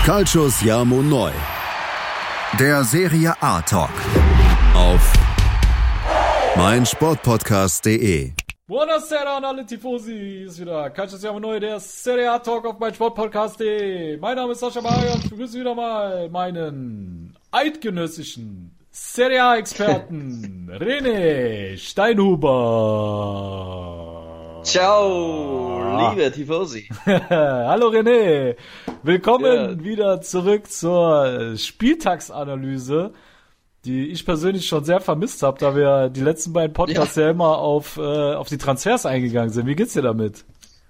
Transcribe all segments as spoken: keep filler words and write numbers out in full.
Calcio Siamo Noi. Der Serie A Talk. Auf meinsportpodcast punkt de. Buonasera an alle Tifosi, ist wieder Calcio Siamo Noi, der Serie A Talk auf meinsportpodcast punkt de. Mein Name ist Sascha Maria und ich begrüße wieder mal meinen eidgenössischen Serie A-Experten René Steinhuber. Ciao, liebe Tifosi. Hallo René, willkommen Ja. wieder zurück zur Spieltagsanalyse, die ich persönlich schon sehr vermisst habe, da wir die letzten beiden Podcasts ja, ja immer auf, äh, auf die Transfers eingegangen sind. Wie geht's dir damit?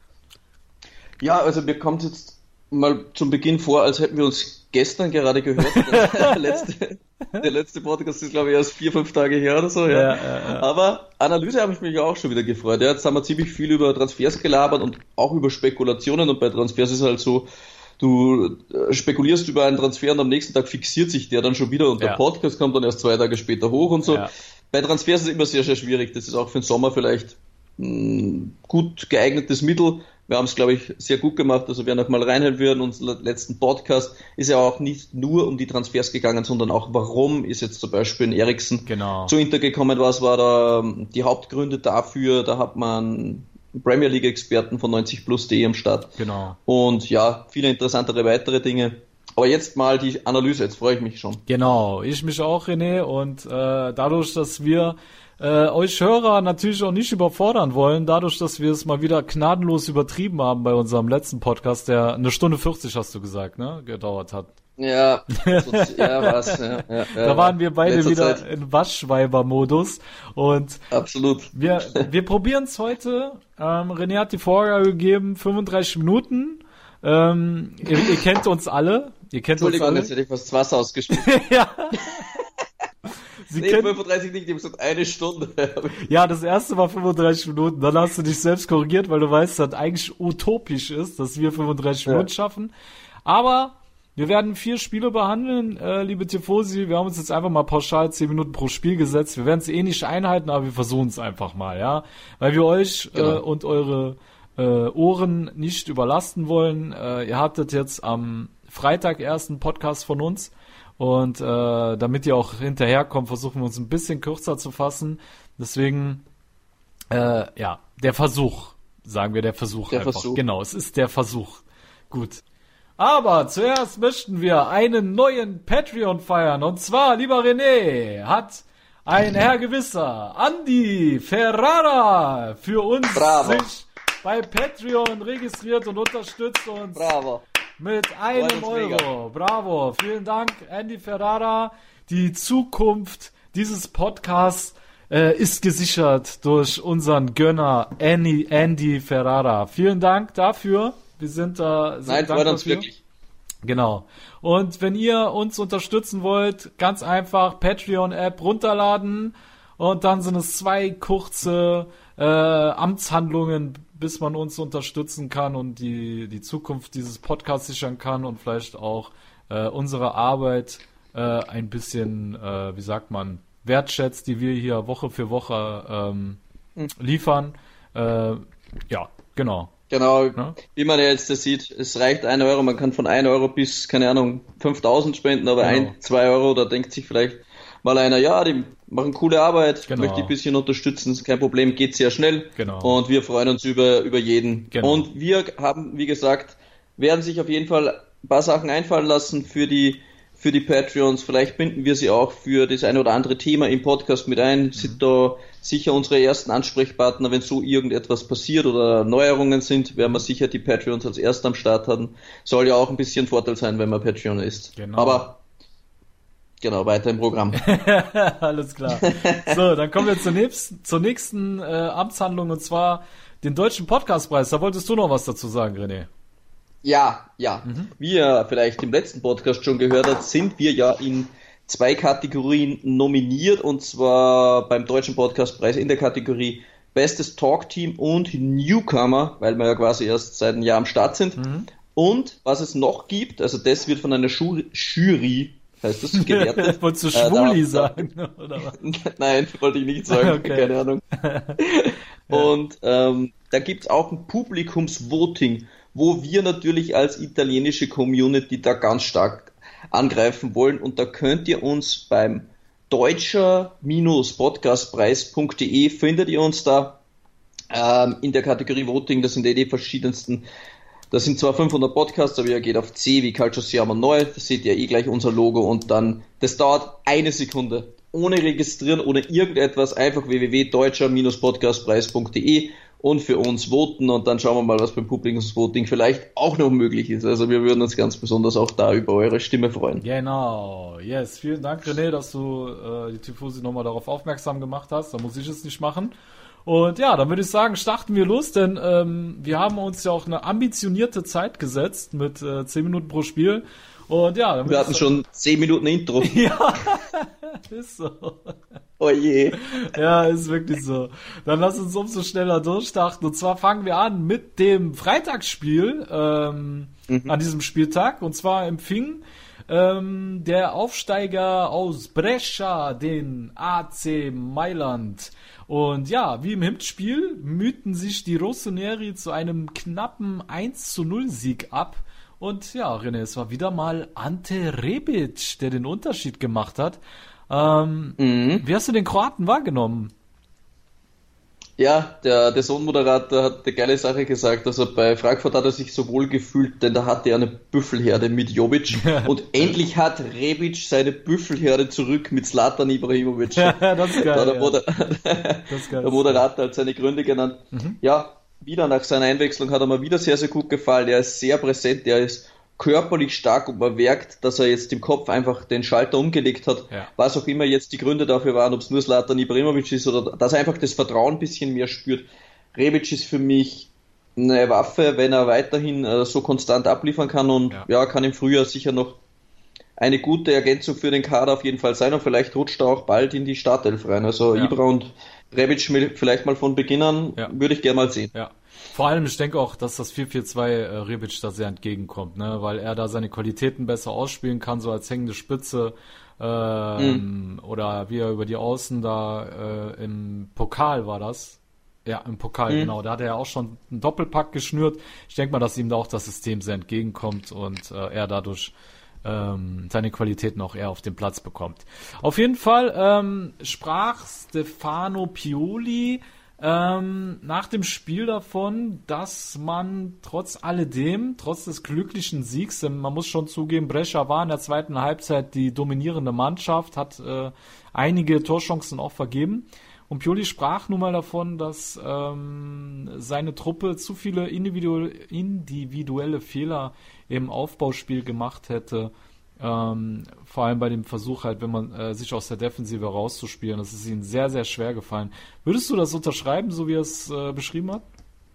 Ja, also mir kommt jetzt mal zum Beginn vor, als hätten wir uns gestern gerade gehört. der, letzte, der letzte Podcast ist, glaube ich, erst vier, fünf Tage her oder so. Ja. Ja, ja, ja. Aber Analyse habe ich mich auch schon wieder gefreut. Ja, jetzt haben wir ziemlich viel über Transfers gelabert und auch über Spekulationen. Und bei Transfers ist halt so, du spekulierst über einen Transfer und am nächsten Tag fixiert sich der dann schon wieder und Ja. der Podcast kommt dann erst zwei Tage später hoch und so. Ja. Bei Transfers ist es immer sehr, sehr schwierig. Das ist auch für den Sommer vielleicht ein gut geeignetes Mittel. Wir haben es, glaube ich, sehr gut gemacht. Also wer noch mal reinhören will in unseren letzten Podcast, ist ja auch nicht nur um die Transfers gegangen, sondern auch warum ist jetzt zum Beispiel ein Eriksen Genau. zu Inter gekommen, was war da die Hauptgründe dafür. Da hat man Premier League Experten von neunzig plus punkt de am Start. Genau. Und ja, viele interessantere weitere Dinge. Aber jetzt mal die Analyse, jetzt freue ich mich schon. Genau, ich mich auch, René, und äh, dadurch, dass wir äh, euch Hörer natürlich auch nicht überfordern wollen, dadurch, dass wir es mal wieder gnadenlos übertrieben haben bei unserem letzten Podcast, der eine Stunde vierzig, hast du gesagt, ne, gedauert hat. Ja, so, ja, was. Ja, ja, ja, Da waren wir beide letzter wieder Zeit. in Waschweiber-Modus und Absolut. wir, wir probieren es heute. Ähm, René hat die Vorgabe gegeben, fünfunddreißig Minuten. Ähm, ihr, ihr kennt uns alle. Ihr kennt Entschuldigung, uns jetzt alle. hätte ich fast das Wasser ausgespielt. Ja. Sie Nee, kennen, fünfunddreißig nicht, ich habe gesagt eine Stunde. ja, das erste war fünfunddreißig Minuten, dann hast du dich selbst korrigiert, weil du weißt, dass eigentlich utopisch ist, dass wir fünfunddreißig Ja. Minuten schaffen. Aber wir werden vier Spiele behandeln, äh, liebe Tifosi. Wir haben uns jetzt einfach mal pauschal zehn Minuten pro Spiel gesetzt. Wir werden es eh nicht einhalten, aber wir versuchen es einfach mal, ja. Weil wir euch Genau. äh, und eure äh, Ohren nicht überlasten wollen. Äh, ihr hattet jetzt am Freitag erst einen Podcast von uns. Und äh, damit ihr auch hinterherkommt, versuchen wir uns ein bisschen kürzer zu fassen. Deswegen, äh, ja, der Versuch, sagen wir der Versuch Der einfach. Versuch. Genau, es ist der Versuch. Gut. Aber zuerst möchten wir einen neuen Patreon feiern. Und zwar, lieber René, hat ein Herr gewisser Andi Ferrara für uns Bravo. sich bei Patreon registriert und unterstützt uns. Bravo. Mit einem Freut uns mega. Euro. Bravo. Vielen Dank, Andy Ferrara. Die Zukunft dieses Podcasts äh, ist gesichert durch unseren Gönner Andy, Andy Ferrara. Vielen Dank dafür. Wir sind da sehr Nein, freut dankbar uns für. wirklich. Genau. Und wenn ihr uns unterstützen wollt, ganz einfach Patreon-App runterladen und dann sind es zwei kurze äh, Amtshandlungen, bis man uns unterstützen kann und die, die Zukunft dieses Podcasts sichern kann und vielleicht auch äh, unsere Arbeit äh, ein bisschen, äh, wie sagt man, wertschätzt, die wir hier Woche für Woche ähm, liefern. Äh, ja, genau. Genau, Ja. wie man ja jetzt das sieht, es reicht ein Euro, man kann von ein Euro bis, keine Ahnung, fünftausend spenden, aber Genau. ein, zwei Euro, da denkt sich vielleicht mal einer, ja, die machen coole Arbeit, Genau. möchte ich ein bisschen unterstützen, ist kein Problem, geht sehr schnell. Genau. Und wir freuen uns über, über jeden. Genau. Und wir haben, wie gesagt, werden sich auf jeden Fall ein paar Sachen einfallen lassen für die, für die Patreons. Vielleicht binden wir sie auch für das eine oder andere Thema im Podcast mit ein, sind da sicher unsere ersten Ansprechpartner, wenn so irgendetwas passiert oder Neuerungen sind, werden wir sicher die Patreons als erst am Start haben. Soll ja auch ein bisschen Vorteil sein, wenn man Patreon ist. Genau. Aber genau, weiter im Programm. Alles klar. So, dann kommen wir zur nächsten, zur nächsten äh, Amtshandlung, und zwar den Deutschen Podcastpreis. Da wolltest du noch was dazu sagen, René. Ja, ja. Mhm. Wie ihr vielleicht im letzten Podcast schon gehört habt, sind wir ja in zwei Kategorien nominiert, und zwar beim Deutschen Podcastpreis in der Kategorie Bestes Talkteam und Newcomer, weil wir ja quasi erst seit einem Jahr am Start sind. Mhm. Und was es noch gibt, also das wird von einer Ju- Jury, heißt das, gewertet. Wolltest du Äh, da- Schwuli da- sagen? Oder was? Nein, wollte ich nicht sagen, Okay. keine Ahnung. Und ähm, da gibt's auch ein Publikumsvoting, wo wir natürlich als italienische Community da ganz stark angreifen wollen. Und da könnt ihr uns beim deutscher Podcast Preis punkt de findet ihr uns da ähm, in der Kategorie Voting. Das sind eh die verschiedensten. Das sind zwar fünfhundert Podcasts, aber ihr geht auf C wie Calcio Siamo neu. Da seht ihr eh gleich unser Logo und dann, das dauert eine Sekunde. Ohne registrieren, ohne irgendetwas, einfach w w w punkt deutscher Podcast Preis punkt de und für uns voten und dann schauen wir mal, was beim Publikumsvoting vielleicht auch noch möglich ist. Also wir würden uns ganz besonders auch da über eure Stimme freuen. Genau, yes, vielen Dank René, dass du äh, die Tifosi nochmal darauf aufmerksam gemacht hast, da muss ich es nicht machen. Und ja, dann würde ich sagen, starten wir los, denn ähm, wir haben uns ja auch eine ambitionierte Zeit gesetzt mit äh, zehn Minuten pro Spiel. Und ja, dann wir hatten schon zehn Minuten Intro. Ja, ist so. Oh je. Ja, ist wirklich so. Dann lass uns umso schneller durchstarten. Und zwar fangen wir an mit dem Freitagsspiel ähm, mhm. an diesem Spieltag. Und zwar empfing ähm, der Aufsteiger aus Brescia den A C Mailand. Und ja, wie im Hinspiel mühten sich die Rossoneri zu einem knappen eins zu null Sieg ab. Und ja, René, es war wieder mal Ante Rebic, der den Unterschied gemacht hat. Ähm, mhm. Wie hast du den Kroaten wahrgenommen? Ja, der, der Sohn-Moderator hat eine geile Sache gesagt. Also bei Frankfurt hat er sich so wohl gefühlt, denn da hatte er eine Büffelherde mit Jovic. Und endlich hat Rebic seine Büffelherde zurück mit Zlatan Ibrahimovic. Ja, das ist geil. Da der, ja. Moder- das ist geil, der Moderator hat seine Gründe genannt. Mhm. Ja, wieder nach seiner Einwechslung hat er mir wieder sehr, sehr gut gefallen. Er ist sehr präsent, er ist körperlich stark und man merkt, dass er jetzt im Kopf einfach den Schalter umgelegt hat. Ja. Was auch immer jetzt die Gründe dafür waren, ob es nur Zlatan Ibrahimovic ist oder dass er einfach das Vertrauen ein bisschen mehr spürt. Rebic ist für mich eine Waffe, wenn er weiterhin äh, so konstant abliefern kann und ja. ja, kann im Frühjahr sicher noch eine gute Ergänzung für den Kader auf jeden Fall sein und vielleicht rutscht er auch bald in die Startelf rein. Also ja. Ibra und Rebic vielleicht mal von Beginn an, ja. würde ich gerne mal sehen. Ja. Vor allem, ich denke auch, dass das vier vier zwei äh, Rebic da sehr entgegenkommt, ne, weil er da seine Qualitäten besser ausspielen kann, so als hängende Spitze ähm, mm. oder wie er über die Außen da äh, im Pokal war das. Ja, im Pokal, mm. genau. Da hat er ja auch schon einen Doppelpack geschnürt. Ich denke mal, dass ihm da auch das System sehr entgegenkommt und äh, er dadurch ähm, seine Qualitäten auch eher auf den Platz bekommt. Auf jeden Fall ähm, sprach Stefano Pioli Ähm, nach dem Spiel davon, dass man trotz alledem, trotz des glücklichen Siegs, denn man muss schon zugeben, Brescia war in der zweiten Halbzeit die dominierende Mannschaft, hat äh, einige Torchancen auch vergeben. Und Pioli sprach nun mal davon, dass ähm, seine Truppe zu viele individuelle, individuelle Fehler im Aufbauspiel gemacht hätte. Ähm, vor allem bei dem Versuch halt, wenn man äh, sich aus der Defensive rauszuspielen, das ist ihnen sehr, sehr schwer gefallen. Würdest du das unterschreiben, so wie er es äh, beschrieben hat?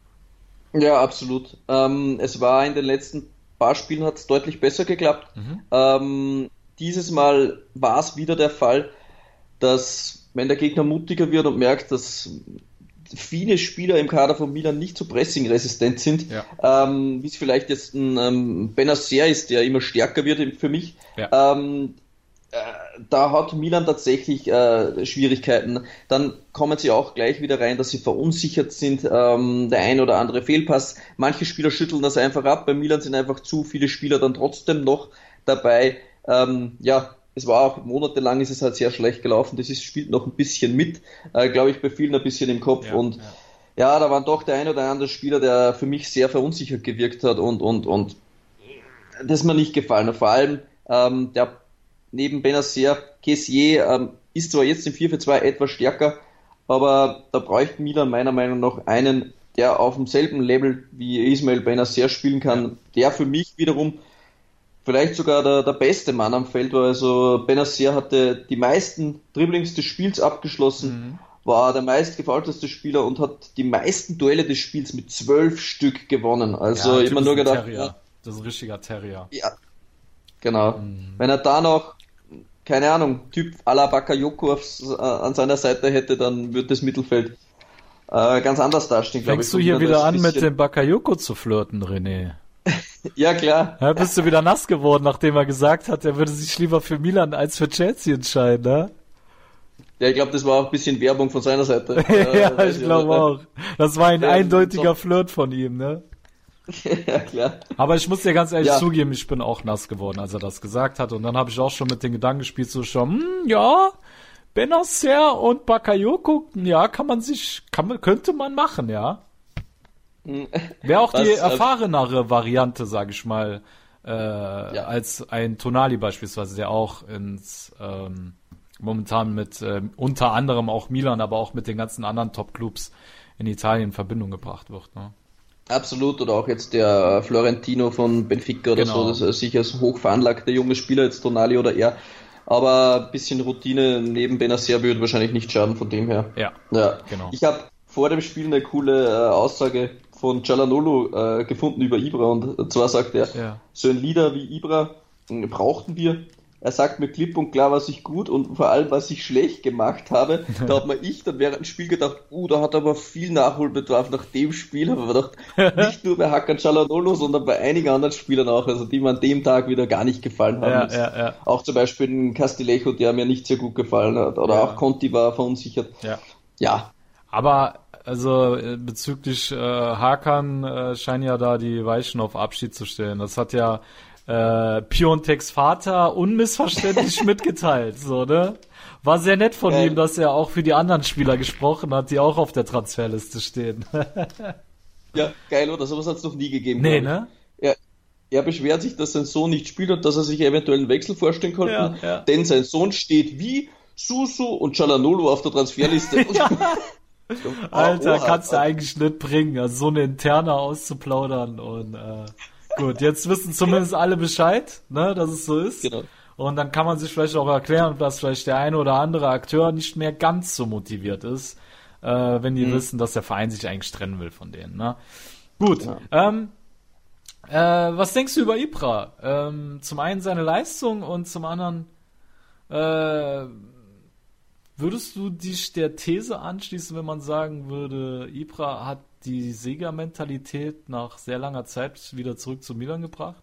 Ja, absolut. Ähm, es war in den letzten paar Spielen hat es deutlich besser geklappt. Mhm. Ähm, dieses Mal war es wieder der Fall, dass wenn der Gegner mutiger wird und merkt, dass viele Spieler im Kader von Milan nicht so pressingresistent sind, ja. ähm, wie es vielleicht jetzt ein ähm, Benacer ist, der immer stärker wird für mich. Ja. Ähm, äh, da hat Milan tatsächlich äh, Schwierigkeiten. Dann kommen sie auch gleich wieder rein, dass sie verunsichert sind. Ähm, der ein oder andere Fehlpass. Manche Spieler schütteln das einfach ab. Bei Milan sind einfach zu viele Spieler dann trotzdem noch dabei. Ähm, ja, es war auch monatelang ist es halt sehr schlecht gelaufen. Das ist, spielt noch ein bisschen mit, äh, glaube ich, bei vielen ein bisschen im Kopf. Ja, und ja. ja, da war doch der ein oder andere Spieler, der für mich sehr verunsichert gewirkt hat und und und das ist mir nicht gefallen. Und vor allem ähm, der neben Benacer, Kessié ähm, ist zwar jetzt im vier vier zwei etwas stärker, aber da bräuchte Milan meiner Meinung nach einen, der auf demselben Level wie Ismail Benacer spielen kann, ja. der für mich wiederum vielleicht sogar der, der beste Mann am Feld war. Also Benacer hatte die meisten Dribblings des Spiels abgeschlossen, mhm. war der meistgefaulteste Spieler und hat die meisten Duelle des Spiels mit zwölf Stück gewonnen. Also ja, immer nur gedacht, ja, das ist ein richtiger Terrier. Ja, genau. Mhm. Wenn er da noch, keine Ahnung, Typ à la Bakayoko äh, an seiner Seite hätte, dann würde das Mittelfeld äh, ganz anders dastehen, glaube ich. Fängst du hier wieder an, mit dem Bakayoko zu flirten, René? Ja, klar. Ja, bist du wieder nass geworden, nachdem er gesagt hat, er würde sich lieber für Milan als für Chelsea entscheiden, ne? Ja, ich glaube, das war auch ein bisschen Werbung von seiner Seite. Ja, äh, ich glaube auch. Das war ein ja, eindeutiger doch. Flirt von ihm, ne? Ja, klar. Aber ich muss dir ganz ehrlich Ja. zugeben, ich bin auch nass geworden, als er das gesagt hat. Und dann habe ich auch schon mit den Gedanken gespielt, so schon, hm, ja, Benacer und Bakayoko, ja, kann man sich, kann man, könnte man machen, ja. Wäre auch Was, die äh, erfahrenere Variante, sage ich mal, äh, Ja. als ein Tonali beispielsweise, der auch ins ähm, momentan mit ähm, unter anderem auch Milan, aber auch mit den ganzen anderen Top-Clubs in Italien in Verbindung gebracht wird. Ne? Absolut, oder auch jetzt der Florentino von Benfica oder Genau. so, das ist sicher ein hoch veranlagter junge Spieler, jetzt Tonali oder er. Aber ein bisschen Routine neben Benacer würde wahrscheinlich nicht schaden, von dem her. Ja, Ja, genau. Ich habe vor dem Spiel eine coole äh, Aussage von Çalhanoğlu äh, gefunden über Ibra, und zwar sagt er, Ja. so ein Leader wie Ibra äh, brauchten wir. Er sagt mir klipp und klar, was ich gut und vor allem, was ich schlecht gemacht habe. Da hat mir ich dann während dem Spiel gedacht, uh, da hat er aber viel Nachholbedarf nach dem Spiel. Aber gedacht, nicht nur bei Hakan Çalhanoğlu, sondern bei einigen anderen Spielern auch, also die mir an dem Tag wieder gar nicht gefallen haben. Ja, Jetzt ja, ja. Auch zum Beispiel ein Castillejo, der mir nicht sehr gut gefallen hat. Oder Ja. auch Conti war verunsichert. Ja. Ja, Aber also äh, bezüglich äh, Hakan äh, scheinen ja da die Weichen auf Abschied zu stellen. Das hat ja äh, Pionteks Vater unmissverständlich mitgeteilt, so, ne? War sehr nett von Ja. ihm, dass er auch für die anderen Spieler gesprochen hat, die auch auf der Transferliste stehen. ja, geil, oder? Sowas hat es noch nie gegeben. Nee, glaub ne? ich. Er, er beschwert sich, dass sein Sohn nicht spielt und dass er sich eventuell einen Wechsel vorstellen konnte. Ja, ja. Denn sein Sohn steht wie Susu und Çalhanoğlu auf der Transferliste. Alter, Oha, kannst du Alter. eigentlich nicht bringen, also so eine Interne auszuplaudern und äh, gut, jetzt wissen zumindest alle Bescheid, ne, dass es so ist. Genau. Und dann kann man sich vielleicht auch erklären, dass vielleicht der eine oder andere Akteur nicht mehr ganz so motiviert ist, äh, wenn die Mhm. wissen, dass der Verein sich eigentlich trennen will von denen. Ne? Gut, Ja. ähm, äh, was denkst du über Ibra? Ähm, zum einen seine Leistung und zum anderen äh, würdest du dich der These anschließen, wenn man sagen würde, Ibra hat die Siegermentalität nach sehr langer Zeit wieder zurück zu Milan gebracht?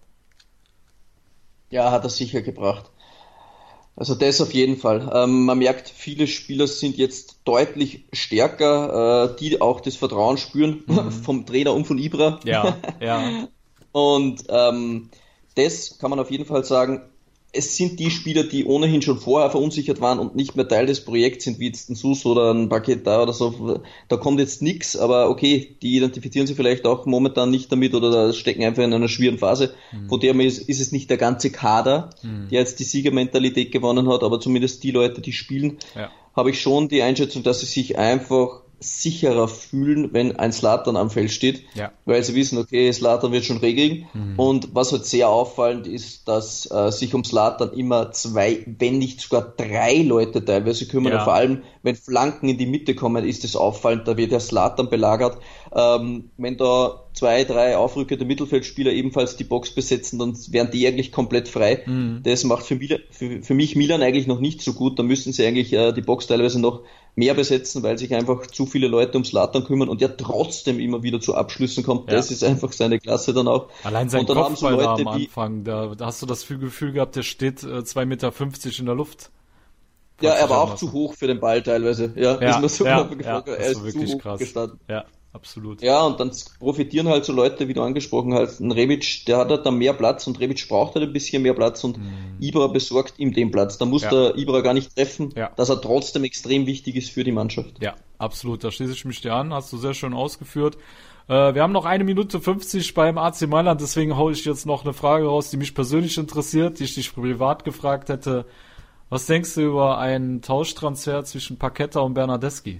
Ja, hat er sicher gebracht. Also das auf jeden Fall. Ähm, man merkt, viele Spieler sind jetzt deutlich stärker, äh, die auch das Vertrauen spüren vom Trainer und von Ibra. Ja, ja. Und ähm, das kann man auf jeden Fall sagen, es sind die Spieler, die ohnehin schon vorher verunsichert waren und nicht mehr Teil des Projekts sind, wie jetzt ein Sus oder ein Paquetá oder so. Da kommt jetzt nichts, aber okay, die identifizieren sich vielleicht auch momentan nicht damit oder stecken einfach in einer schwierigen Phase. Mhm. Von dem ist, ist es nicht der ganze Kader, Mhm. der jetzt die Siegermentalität gewonnen hat, aber zumindest die Leute, die spielen, Ja. habe ich schon die Einschätzung, dass sie sich einfach sicherer fühlen, wenn ein Zlatan am Feld steht, Ja. weil sie wissen, okay, Zlatan wird schon regeln. Und was halt sehr auffallend ist, dass äh, sich um Zlatan immer zwei, wenn nicht sogar drei Leute teilweise kümmern. Ja. Und vor allem, wenn Flanken in die Mitte kommen, ist es auffallend, da wird der Zlatan belagert. Ähm, wenn da zwei, drei aufrückende Mittelfeldspieler ebenfalls die Box besetzen, dann wären die eigentlich komplett frei. Mhm. Das macht für, Milan, für, für mich Milan eigentlich noch nicht so gut. Da müssen sie eigentlich äh, die Box teilweise noch mehr besetzen, weil sich einfach zu viele Leute ums Zlatan kümmern und der trotzdem immer wieder zu Abschlüssen kommt. Ja. Das ist einfach seine Klasse dann auch. Allein sein Und dann haben so Kopfball da Leute am wie- Anfang, da, da hast du das Gefühl gehabt, der steht äh, zwei Meter fünfzig in der Luft. Ja, er war auch Lassen. zu hoch für den Ball teilweise. Ja, Ja, ist mir so ja, gefragt, ja, er das ist war zu wirklich hoch krass. gestanden. Ja, absolut. Ja, und dann profitieren halt so Leute, wie du angesprochen hast. Ein Rebic, der hat halt dann mehr Platz und Rebic braucht halt ein bisschen mehr Platz und Ibra besorgt ihm den Platz. Da muss Ja. der Ibra gar nicht treffen, Ja. dass er trotzdem extrem wichtig ist für die Mannschaft. Ja, absolut. Da schließe ich mich dir an. Hast du sehr schön ausgeführt. Äh, wir haben noch eine Minute fünfzig beim A C Mailand, deswegen hole ich jetzt noch eine Frage raus, die mich persönlich interessiert, die ich dich privat gefragt hätte. Was denkst du über einen Tauschtransfer zwischen Paquetá und Bernardeschi?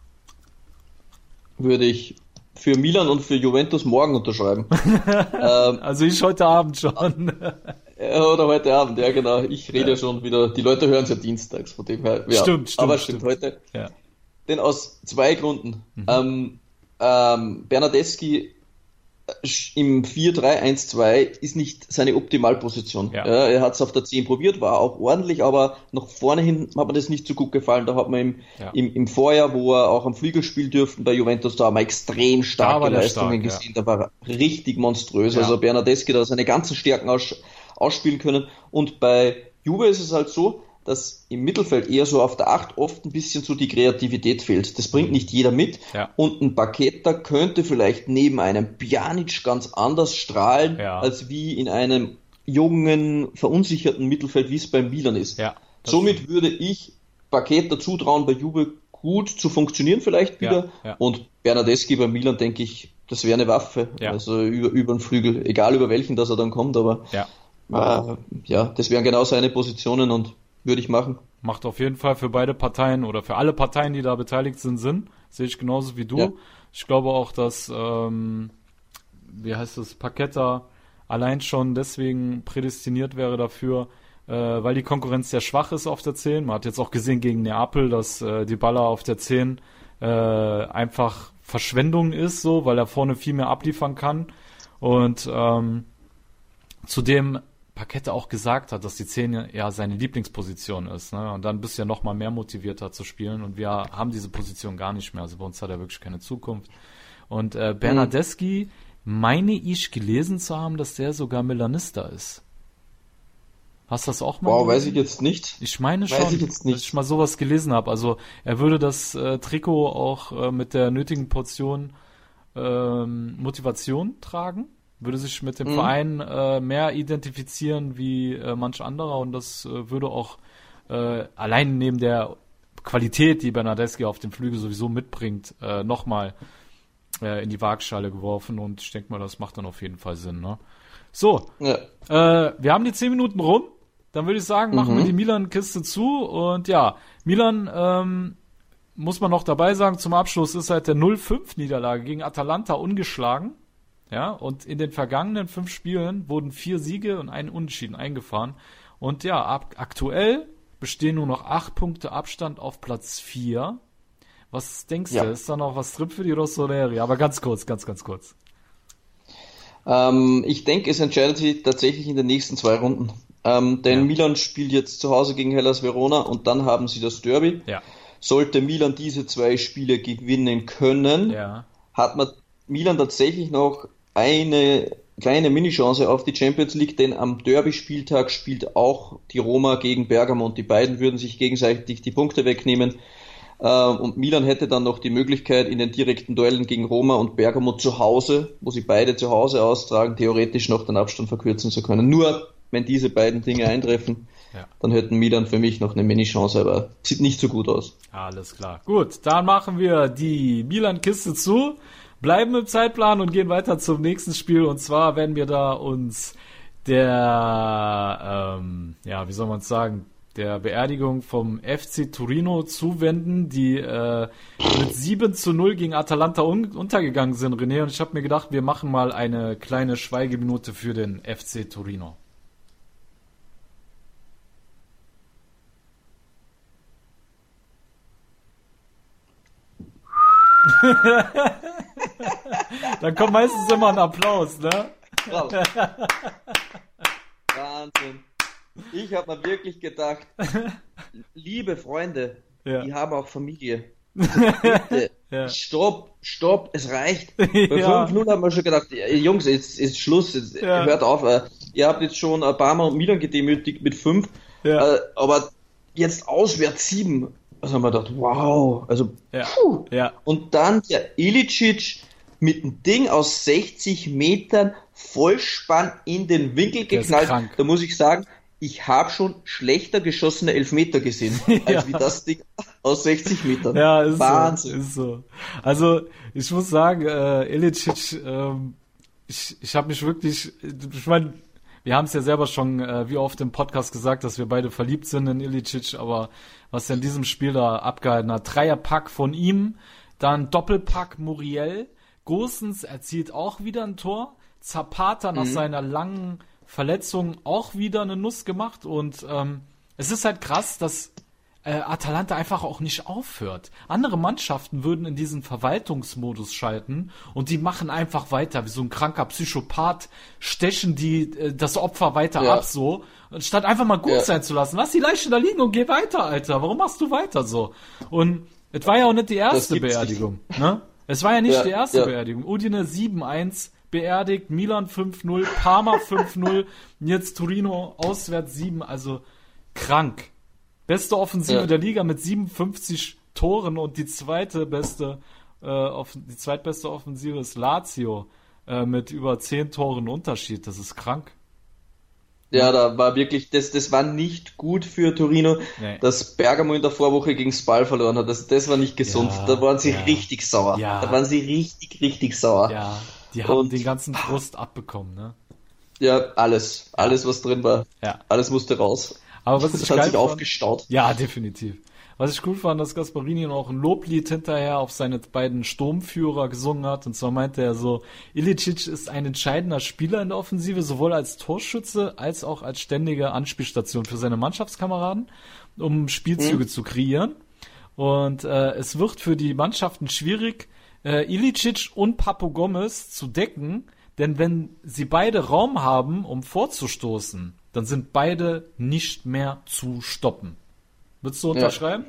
Würde ich für Milan und für Juventus morgen unterschreiben. ähm, Also ich heute Abend schon. oder heute Abend, ja genau. Ich rede ja schon wieder, die Leute hören es ja dienstags, von dem her. Ja. Stimmt, stimmt, Aber stimmt. stimmt, heute. Ja. Denn aus zwei Gründen. Mhm. Ähm, ähm, Bernardeschi im vier drei eins zwei ist nicht seine Optimalposition. Ja. Ja, er hat es auf der zehn probiert, war auch ordentlich, aber nach vorne hin hat mir das nicht so gut gefallen. Da hat man im, Ja. im, im Vorjahr, wo er auch am Flügel spielen dürften bei Juventus, da haben wir extrem war starke der Leistungen stark, ja. gesehen. Da war er richtig monströs. Ja. Also Bernardeschi da seine ganzen Stärken aus, ausspielen können. Und bei Juve ist es halt so, dass im Mittelfeld eher so auf der Acht oft ein bisschen so die Kreativität fehlt. Das bringt nicht jeder mit. Ja. Und ein Paqueta könnte vielleicht neben einem Pjanic ganz anders strahlen, ja. als wie in einem jungen, verunsicherten Mittelfeld, wie es beim Milan ist. Ja, Somit stimmt. würde ich Paqueta zutrauen, bei Juve gut zu funktionieren vielleicht wieder. Ja, ja. Und Bernardeschi bei Milan, denke ich, das wäre eine Waffe. Ja. Also über, über den Flügel, egal über welchen, dass er dann kommt, aber Ja. äh, ja, das wären genau seine Positionen und würde ich machen. Macht auf jeden Fall für beide Parteien oder für alle Parteien, die da beteiligt sind, Sinn. Sehe ich genauso wie du. Ja. Ich glaube auch, dass, ähm, wie heißt das, Paqueta allein schon deswegen prädestiniert wäre dafür, äh, weil die Konkurrenz sehr schwach ist auf der zehn. Man hat jetzt auch gesehen gegen Neapel, dass äh, Dybala auf der zehn äh, einfach Verschwendung ist, so, weil er vorne viel mehr abliefern kann. Und ähm, zudem Paqueta auch gesagt hat, dass die zehn ja seine Lieblingsposition ist, ne? Und dann bist du ja noch mal mehr motivierter zu spielen und wir haben diese Position gar nicht mehr. Also bei uns hat er wirklich keine Zukunft. Und äh, Bernardeschi, mhm. meine ich gelesen zu haben, dass der sogar Milanista ist. Hast du das auch mal Wow, gelesen? weiß ich jetzt nicht. Ich meine weiß schon, ich jetzt nicht. dass ich mal sowas gelesen habe. Also er würde das äh, Trikot auch äh, mit der nötigen Portion ähm, Motivation tragen. Würde sich mit dem Mhm. Verein äh, mehr identifizieren wie äh, manch anderer und das äh, würde auch äh, allein neben der Qualität, die Bernardeschi auf dem Flügel sowieso mitbringt, äh, nochmal äh, in die Waagschale geworfen und ich denke mal, das macht dann auf jeden Fall Sinn. Ne? So, Ja. äh, wir haben die zehn Minuten rum, dann würde ich sagen, machen Mhm. wir die Milan-Kiste zu und ja, Milan ähm, muss man noch dabei sagen, zum Abschluss ist seit der null fünf Niederlage gegen Atalanta ungeschlagen. Ja, und in den vergangenen fünf Spielen wurden vier Siege und ein Unentschieden eingefahren. Und ja, ab, aktuell bestehen nur noch acht Punkte Abstand auf Platz vier. Was denkst Ja. du? Ist da noch was drin für die Rossoneri? Aber ganz kurz, ganz, ganz kurz. Ähm, ich denke, es entscheidet sich tatsächlich in den nächsten zwei Runden. Ähm, denn Ja. Milan spielt jetzt zu Hause gegen Hellas Verona und dann haben sie das Derby. Ja. Sollte Milan diese zwei Spiele gewinnen können, Ja. hat man Milan tatsächlich noch eine kleine Mini-Chance auf die Champions League, denn am Derby-Spieltag spielt auch die Roma gegen Bergamo und die beiden würden sich gegenseitig die Punkte wegnehmen. Ähm, Und Milan hätte dann noch die Möglichkeit, in den direkten Duellen gegen Roma und Bergamo zu Hause, wo sie beide zu Hause austragen, theoretisch noch den Abstand verkürzen zu können. Nur wenn diese beiden Dinge eintreffen, Ja. dann hätten Milan für mich noch eine Mini-Chance, aber sieht nicht so gut aus. Alles klar. Gut, dann machen wir die Milan-Kiste zu, bleiben im Zeitplan und gehen weiter zum nächsten Spiel. Und zwar werden wir da uns der, ähm, ja, wie soll man es sagen, der Beerdigung vom F C Torino zuwenden, die äh, mit sieben zu null gegen Atalanta un- untergegangen sind, René. Und ich habe mir gedacht, wir machen mal eine kleine Schweigeminute für den F C Torino. Dann kommt meistens immer ein Applaus, ne? Bravo. Wahnsinn. Ich habe mir wirklich gedacht, liebe Freunde, Ja. die haben auch Familie. Bitte, Ja. stopp, stopp, es reicht. Bei Ja. fünf null haben wir schon gedacht, ey, Jungs, jetzt ist Schluss, jetzt, Ja. hört auf. Äh, ihr habt jetzt schon Parma und Milan gedemütigt mit fünf, Ja. äh, aber jetzt auswärts sieben. Also haben wir gedacht, wow, also Ja. puh. Ja. Und dann der Ilicic mit einem Ding aus sechzig Metern Vollspann in den Winkel Der ist geknallt. krank. Da muss ich sagen, ich habe schon schlechter geschossene Elfmeter gesehen, als Ja. wie das Ding aus sechzig Metern. Ja, ist Wahnsinn. so. Ist so. Also, ich muss sagen, äh, Ilicic, ähm, ich, ich habe mich wirklich, ich meine, wir haben es ja selber schon äh, wie oft im Podcast gesagt, dass wir beide verliebt sind in Ilicic, aber was er in diesem Spiel da abgehalten hat, Dreierpack von ihm, dann Doppelpack Muriel, Gosens erzielt auch wieder ein Tor, Zapata nach Mhm. seiner langen Verletzung auch wieder eine Nuss gemacht und ähm, es ist halt krass, dass äh, Atalanta einfach auch nicht aufhört. Andere Mannschaften würden in diesen Verwaltungsmodus schalten und die machen einfach weiter, wie so ein kranker Psychopath, stechen die äh, das Opfer weiter Ja. ab so, statt einfach mal gut Ja. sein zu lassen. Lass die Leiche da liegen und geh weiter, Alter. Warum machst du weiter so? Und es war ja auch nicht die erste gibt's Beerdigung, ne? Es war ja nicht Ja, die erste ja. Beerdigung. Udine sieben eins beerdigt, Milan fünf null, Parma fünf null, und jetzt Torino auswärts sieben, also krank. Beste Offensive ja. der Liga mit siebenundfünfzig Toren und die zweite beste, äh, off- die zweitbeste Offensive ist Lazio äh, mit über zehn Toren Unterschied. Das ist krank. Ja, da war wirklich, das, das war nicht gut für Torino, Nee. dass Bergamo in der Vorwoche gegen Spal verloren hat. Das, das war nicht gesund. Ja, da waren sie ja. richtig sauer. Ja. Da waren sie richtig, richtig sauer. Ja, die haben Und- den ganzen Frust abbekommen, ne? Ja, alles. Alles, was drin war. Ja. Alles musste raus. Aber was Das ich hat geil sich fand, aufgestaut. ja, definitiv. Was ich cool fand, dass Gasparini noch ein Loblied hinterher auf seine beiden Sturmführer gesungen hat. Und zwar meinte er so, Ilicic ist ein entscheidender Spieler in der Offensive, sowohl als Torschütze als auch als ständige Anspielstation für seine Mannschaftskameraden, um Spielzüge Mhm. zu kreieren. Und äh, es wird für die Mannschaften schwierig, äh, Ilicic und Papu Gomez zu decken, denn wenn sie beide Raum haben, um vorzustoßen, dann sind beide nicht mehr zu stoppen. Würdest du unterschreiben?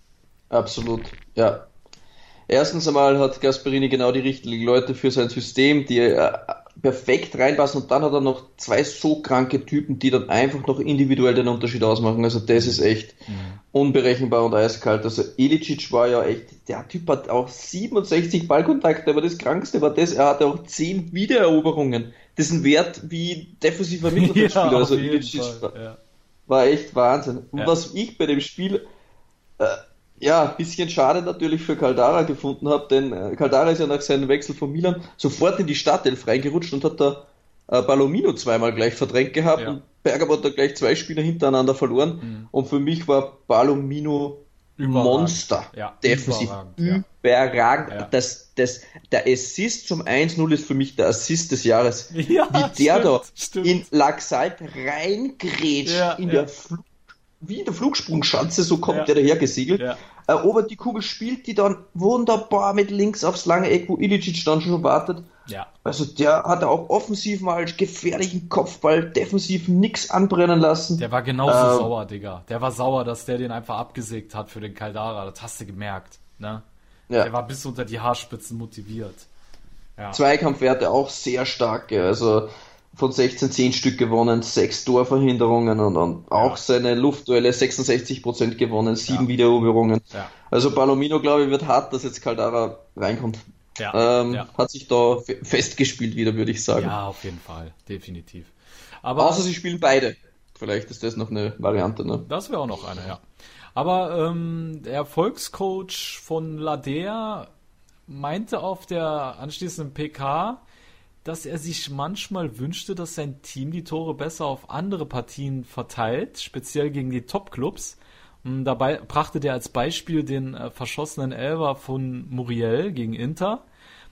Absolut, ja. Erstens einmal hat Gasperini genau die richtigen Leute für sein System, die äh, perfekt reinpassen, und dann hat er noch zwei so kranke Typen, die dann einfach noch individuell den Unterschied ausmachen. Also das ist echt Mhm. unberechenbar und eiskalt. Also Ilicic war ja echt, der Typ hat auch siebenundsechzig Ballkontakte, aber das Krankste war das, er hatte auch zehn Wiedereroberungen. Das ist ein Wert wie defensiver Mittelfeldspieler. Ja, also auf jeden Ilicic Fall, war, ja. war echt Wahnsinn. Und Ja. was ich bei dem Spiel äh, ja, ein bisschen schade natürlich für Caldara gefunden habe, denn äh, Caldara ist ja nach seinem Wechsel von Milan sofort in die Startelf reingerutscht und hat da äh, Palomino zweimal gleich verdrängt gehabt, Ja. und Bergamo hat da gleich zwei Spieler hintereinander verloren, Mhm. und für mich war Palomino Überragend. Monster. Ja, Defensiv. überragend, ja. Überragend. Ja. Das, das, der Assist zum eins null ist für mich der Assist des Jahres. Ja, Wie der stimmt, da stimmt. in Laxalt reingrätscht, Ja, in ja. der Flug, wie in der Flugsprungschanze, so kommt Ja. der daher gesegelt. Ja. Erobert die Kugel, spielt die dann wunderbar mit links aufs lange Eck, wo Ilicic dann schon wartet. Ja. Also der hat auch offensiv mal gefährlichen Kopfball, defensiv nix anbrennen lassen. Der war genauso Ähm, sauer, Digga. Der war sauer, dass der den einfach abgesägt hat für den Caldara. Das hast du gemerkt, ne? Ja. Der war bis unter die Haarspitzen motiviert. Ja. Zweikampfwerte auch sehr starke, also von sechzehn zehn Stück gewonnen, sechs Torverhinderungen und, und auch seine Luftduelle sechsundsechzig Prozent gewonnen, sieben Ja. Wiedereroberungen. Ja. Also Palomino, glaube ich, wird hart, dass jetzt Caldara reinkommt. Ja. Ähm, ja. Hat sich da fe- festgespielt wieder, würde ich sagen. Ja, auf jeden Fall. Definitiv. Aber Außer sie spielen beide. Vielleicht ist das noch eine Variante, ne? das wäre auch noch eine, ja. Aber ähm, der Erfolgscoach von Ladea meinte auf der anschließenden P K, dass er sich manchmal wünschte, dass sein Team die Tore besser auf andere Partien verteilt, speziell gegen die Top-Clubs. Und dabei brachte der als Beispiel den äh, verschossenen Elfer von Muriel gegen Inter,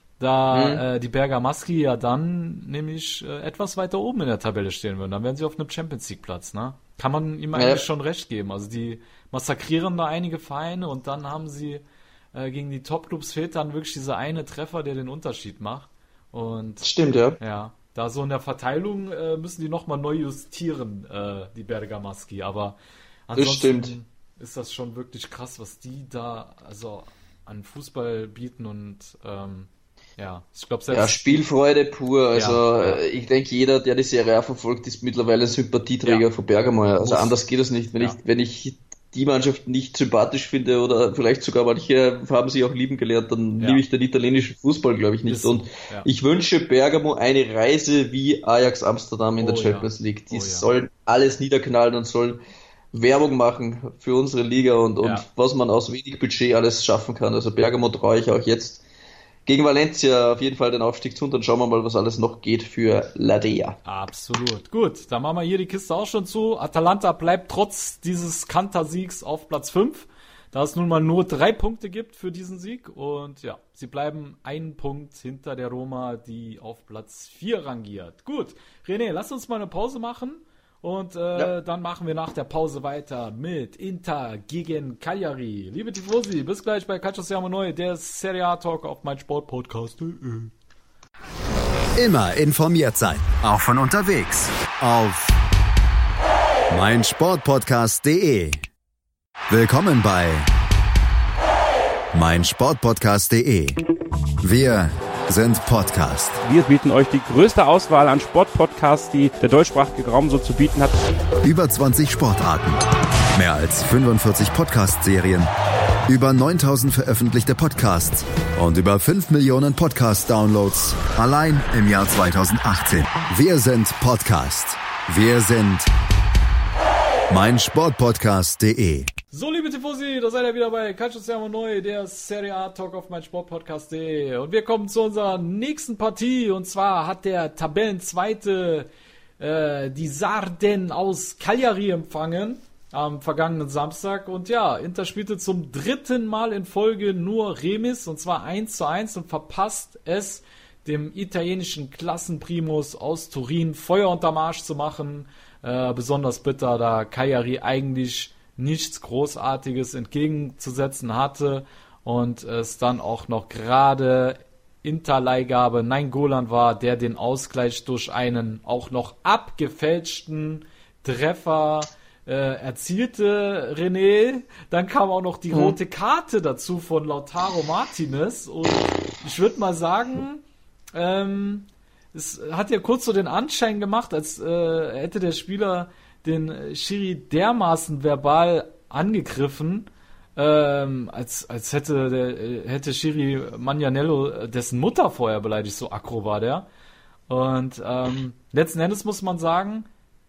da Mhm. äh, die Bergamaschi ja dann nämlich äh, etwas weiter oben in der Tabelle stehen würden. Dann wären sie auf einem Champions-League-Platz, ne? Kann man ihm eigentlich Ja. schon recht geben. Also die massakrieren da einige Vereine und dann haben sie äh, gegen die Top-Clubs fehlt dann wirklich dieser eine Treffer, der den Unterschied macht. Und Stimmt, ja. ja, da so in der Verteilung äh, müssen die nochmal neu justieren, äh, die Bergamaschi. Aber ansonsten stimmt. ist das schon wirklich krass, was die da also an Fußball bieten und ähm, ja, ich glaube selbst Ja, Spielfreude pur. Also Ja, ja. äh, ich denke, jeder, der die Serie A verfolgt, ist mittlerweile ein Sympathieträger Ja. von Bergamo. Also Muss. anders geht es nicht. Wenn Ja. ich, wenn ich die Mannschaft nicht sympathisch finde oder vielleicht sogar manche haben sie auch lieben gelernt, dann Ja. liebe ich den italienischen Fußball, glaube ich, nicht. Ist so, Und ja. ich wünsche Bergamo eine Reise wie Ajax Amsterdam in Oh der ja. Champions League. Die Oh ja. sollen alles niederknallen und sollen Werbung machen für unsere Liga und, und Ja. was man aus wenig Budget alles schaffen kann. Also Bergamo traue ich auch jetzt gegen Valencia auf jeden Fall den Aufstieg zu, und dann schauen wir mal, was alles noch geht für Ladea. Absolut. Gut, dann machen wir hier die Kiste auch schon zu. Atalanta bleibt trotz dieses Kanter-Siegs auf Platz fünf, da es nun mal nur drei Punkte gibt für diesen Sieg. Und ja, sie bleiben einen Punkt hinter der Roma, die auf Platz vier rangiert. Gut, René, lass uns mal eine Pause machen. Und äh, Ja. dann machen wir nach der Pause weiter mit Inter gegen Cagliari. Liebe Tifosi, bis gleich bei Calcio Siamo Noi, der Serie A Talk auf meinsportpodcast punkt de. Immer informiert sein, auch von unterwegs. Auf meinsportpodcast punkt de. Willkommen bei meinsportpodcast punkt de. Wir sind Podcast. Wir bieten euch die größte Auswahl an Sportpodcasts, die der deutschsprachige Raum so zu bieten hat. Über zwanzig Sportarten, Mehr als fünfundvierzig Podcast-Serien, über neuntausend veröffentlichte Podcasts und über fünf Millionen Podcast-Downloads allein im Jahr zweitausendachtzehn. Wir sind Podcast. Wir sind meinsportpodcast punkt de. So, liebe Tifosi, da seid ihr wieder bei Calcio Siamo Neu, der Serie A Talk auf meinsportpodcast punkt de. Und wir kommen zu unserer nächsten Partie. Und zwar hat der Tabellenzweite äh, die Sarden aus Cagliari empfangen am vergangenen Samstag. Und ja, Inter spielte zum dritten Mal in Folge nur Remis, und zwar eins zu eins, und verpasst es, dem italienischen Klassenprimus aus Turin Feuer unterm Arsch zu machen. Äh, besonders bitter, da Cagliari eigentlich nichts Großartiges entgegenzusetzen hatte und es dann auch noch gerade Interleihgabe Nainggolan war, der den Ausgleich durch einen auch noch abgefälschten Treffer äh, erzielte, René. Dann kam auch noch die mhm. rote Karte dazu von Lautaro Martinez, und ich würde mal sagen, ähm, es hat ja kurz so den Anschein gemacht, als äh, hätte der Spieler den Schiri dermaßen verbal angegriffen, ähm, als, als hätte der, hätte Schiri Magnanello dessen Mutter vorher beleidigt, so aggro war der. Und ähm, letzten Endes muss man sagen,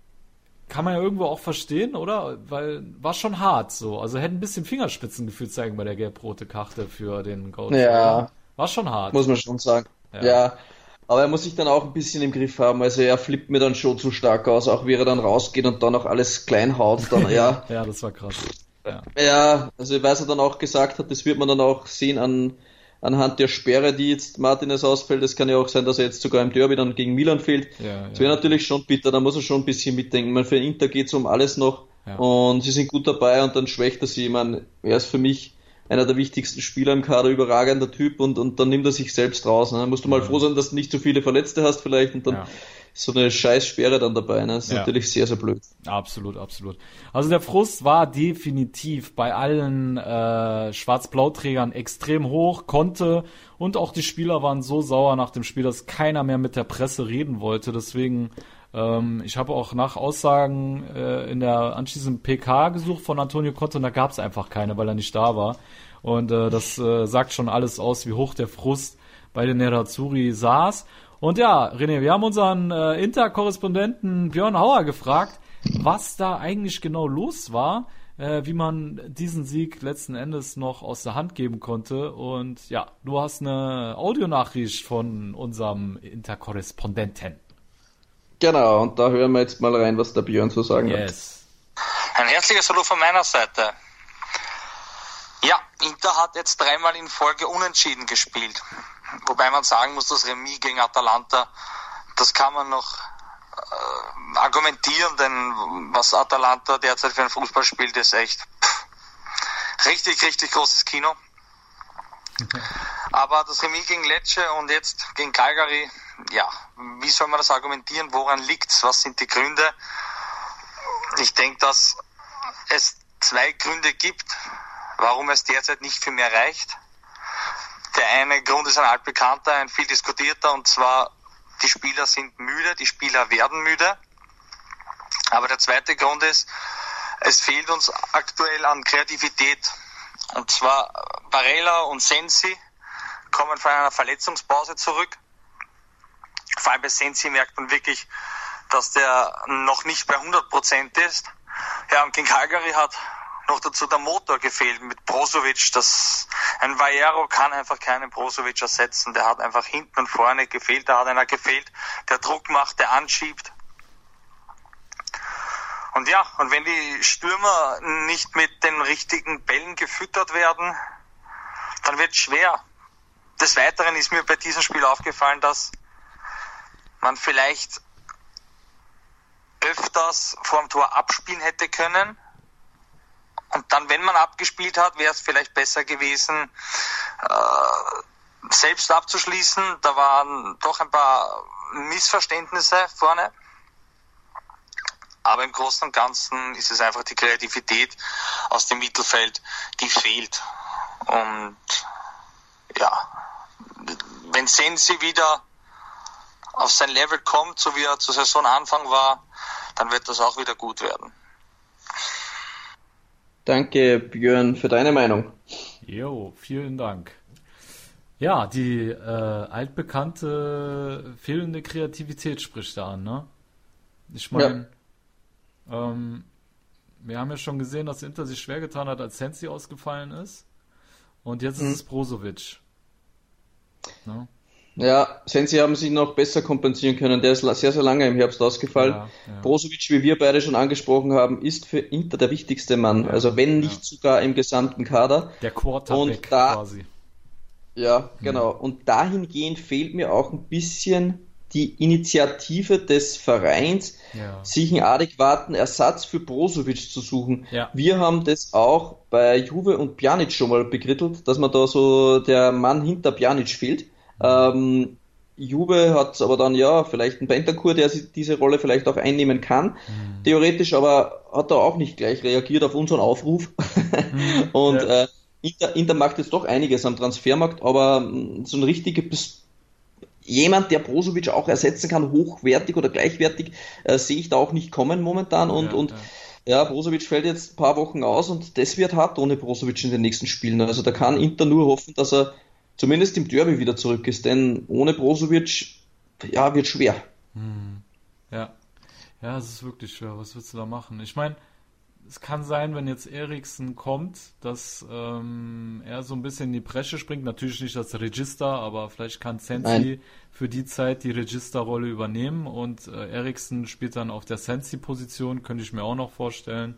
kann man ja irgendwo auch verstehen, oder? Weil war schon hart so. Also hätte ein bisschen Fingerspitzengefühl zeigen bei der gelb-rote Karte für den Goal. Ja. War schon hart. Muss man schon sagen. Ja. ja. Aber er muss sich dann auch ein bisschen im Griff haben. Also er flippt mir dann schon zu stark aus, auch wie er dann rausgeht und dann auch alles klein haut. Dann, ja. ja, das war krass. Ja. ja, also weil er dann auch gesagt hat, das wird man dann auch sehen an, anhand der Sperre, die jetzt Martinez ausfällt. Es kann ja auch sein, dass er jetzt sogar im Derby dann gegen Milan fehlt. Ja, das wäre ja. natürlich schon bitter, da muss er schon ein bisschen mitdenken. Ich meine, für Inter geht es um alles noch ja. und sie sind gut dabei und dann schwächt er sie. Ich meine, er ist für mich einer der wichtigsten Spieler im Kader, überragender Typ, und, und dann nimmt er sich selbst raus. Ne? Dann musst du mal froh sein, dass du nicht so viele Verletzte hast vielleicht, und dann ja. so eine scheiß Sperre dann dabei. Ne? Das ist ja. natürlich sehr, sehr blöd. Absolut, absolut. Also der Frust war definitiv bei allen äh, Schwarz-Blau-Trägern extrem hoch, konnte, und auch die Spieler waren so sauer nach dem Spiel, dass keiner mehr mit der Presse reden wollte. Deswegen, ähm, ich habe auch nach Aussagen äh, in der anschließenden P K gesucht von Antonio Conte, und da gab es einfach keine, weil er nicht da war. Und äh, das äh, sagt schon alles aus, wie hoch der Frust bei den Nerazzurri saß. Und ja, René, wir haben unseren äh, Inter-Korrespondenten Björn Hauer gefragt, was da eigentlich genau los war, äh, wie man diesen Sieg letzten Endes noch aus der Hand geben konnte. Und ja, du hast eine Audionachricht von unserem Inter-Korrespondenten. Genau, und da hören wir jetzt mal rein, was der Björn zu sagen yes. hat. Ein herzliches Hallo von meiner Seite. Ja, Inter hat jetzt dreimal in Folge unentschieden gespielt. Wobei man sagen muss, das Remis gegen Atalanta, das kann man noch äh, argumentieren, denn was Atalanta derzeit für ein Fußball spielt, ist echt pff, richtig, richtig großes Kino. Okay. Aber das Remis gegen Lecce und jetzt gegen Cagliari, ja, wie soll man das argumentieren? Woran liegt's? Was sind die Gründe? Ich denke, dass es zwei Gründe gibt, warum es derzeit nicht für mehr reicht. Der eine Grund ist ein altbekannter, ein viel diskutierter, und zwar, die Spieler sind müde, die Spieler werden müde. Aber der zweite Grund ist, es fehlt uns aktuell an Kreativität. Und zwar Barella und Sensi kommen von einer Verletzungspause zurück. Vor allem bei Sensi merkt man wirklich, dass der noch nicht bei hundert Prozent ist. Ja, und gegen Cagliari hat noch dazu der Motor gefehlt mit Brozovic. Das, ein Valero kann einfach keinen Brozovic ersetzen. Der hat einfach hinten und vorne gefehlt. Da hat einer gefehlt, der Druck macht, der anschiebt. Und ja, und wenn die Stürmer nicht mit den richtigen Bällen gefüttert werden, dann wird es schwer. Des Weiteren ist mir bei diesem Spiel aufgefallen, dass man vielleicht öfters vorm Tor abspielen hätte können. Und dann, wenn man abgespielt hat, wäre es vielleicht besser gewesen, äh, selbst abzuschließen. Da waren doch ein paar Missverständnisse vorne. Aber im Großen und Ganzen ist es einfach die Kreativität aus dem Mittelfeld, die fehlt. Und ja, wenn Sensi wieder auf sein Level kommt, so wie er zu Saisonanfang war, dann wird das auch wieder gut werden. Danke, Björn, für deine Meinung. Jo, vielen Dank. Ja, die äh, altbekannte fehlende Kreativität spricht da an, ne? Ich meine, ja. ähm, wir haben ja schon gesehen, dass Inter sich schwer getan hat, als Sensi ausgefallen ist. Und jetzt mhm. ist es Brozovic. Ne? Ja, Sensi haben sich noch besser kompensieren können. Der ist sehr, sehr lange im Herbst ausgefallen. Ja, ja. Brozovic, wie wir beide schon angesprochen haben, ist für Inter der wichtigste Mann. Ja, also wenn nicht ja. sogar im gesamten Kader. Der Quarterback und da, quasi. Ja, genau. Hm. Und dahingehend fehlt mir auch ein bisschen die Initiative des Vereins, ja. sich einen adäquaten Ersatz für Brozovic zu suchen. Ja. Wir haben das auch bei Juve und Pjanic schon mal begrittelt, dass man da so der Mann hinter Pjanic fehlt. Mhm. Ähm, Juve hat aber dann ja vielleicht einen Bentancur, der diese Rolle vielleicht auch einnehmen kann. Mhm. Theoretisch aber hat er auch nicht gleich reagiert auf unseren Aufruf. Mhm. und ja. äh, Inter, Inter macht jetzt doch einiges am Transfermarkt, aber so ein richtiger jemand, der Brozovic auch ersetzen kann, hochwertig oder gleichwertig, äh, sehe ich da auch nicht kommen momentan. Und ja, und ja. ja, Brozovic fällt jetzt ein paar Wochen aus und das wird hart ohne Brozovic in den nächsten Spielen. Also da kann Inter nur hoffen, dass er zumindest im Derby wieder zurück ist, denn ohne Brozovic, ja, wird schwer. Hm. Ja, ja, es ist wirklich schwer. Was willst du da machen? Ich meine, es kann sein, wenn jetzt Eriksen kommt, dass ähm, er so ein bisschen in die Bresche springt. Natürlich nicht als Regista, aber vielleicht kann Sensi für die Zeit die Regista-Rolle übernehmen und äh, Eriksen spielt dann auf der Sensi-Position, könnte ich mir auch noch vorstellen.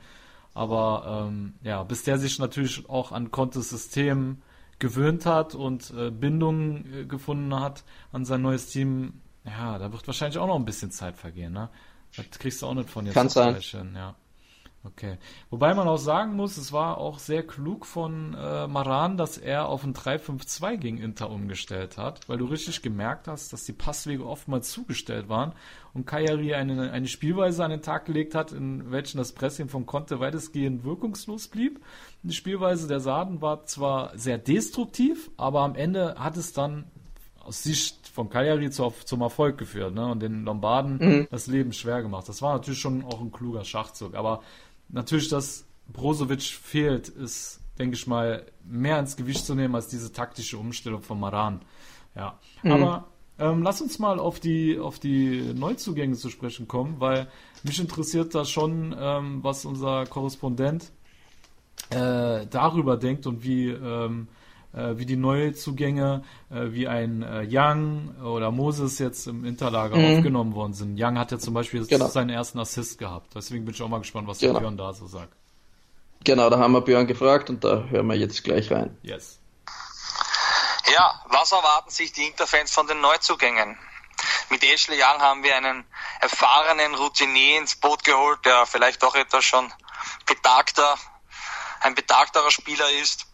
Aber ähm, ja, bis der sich natürlich auch an Contes System gewöhnt hat und äh, Bindung äh, gefunden hat an sein neues Team, ja, da wird wahrscheinlich auch noch ein bisschen Zeit vergehen, ne? Das kriegst du auch nicht von jetzt kann sein. Hin, ja. Okay. Wobei man auch sagen muss, es war auch sehr klug von äh, Maran, dass er auf ein drei fünf zwei gegen Inter umgestellt hat, weil du richtig gemerkt hast, dass die Passwege oftmals zugestellt waren und Cagliari eine, eine Spielweise an den Tag gelegt hat, in welchen das Pressing von Conte weitestgehend wirkungslos blieb. Die Spielweise der Sarden war zwar sehr destruktiv, aber am Ende hat es dann aus Sicht von Cagliari zu, zum Erfolg geführt, ne? Und den Lombarden mhm. das Leben schwer gemacht. Das war natürlich schon auch ein kluger Schachzug, aber natürlich, dass Brozovic fehlt, ist, denke ich mal, mehr ins Gewicht zu nehmen als diese taktische Umstellung von Maran. Ja, mhm. aber ähm, lass uns mal auf die auf die Neuzugänge zu sprechen kommen, weil mich interessiert da schon, ähm, was unser Korrespondent äh, darüber denkt und wie ähm, äh, wie die Neuzugänge, äh, wie ein äh, Young oder Moses jetzt im Interlager mhm. aufgenommen worden sind. Young hat ja zum Beispiel jetzt genau. seinen ersten Assist gehabt. Deswegen bin ich auch mal gespannt, was genau. der Björn da so sagt. Genau, da haben wir Björn gefragt und da hören wir jetzt gleich rein. Yes. Ja, was erwarten sich die Interfans von den Neuzugängen? Mit Ashley Young haben wir einen erfahrenen Routinier ins Boot geholt, der vielleicht auch etwas schon betagter, ein betagterer Spieler ist.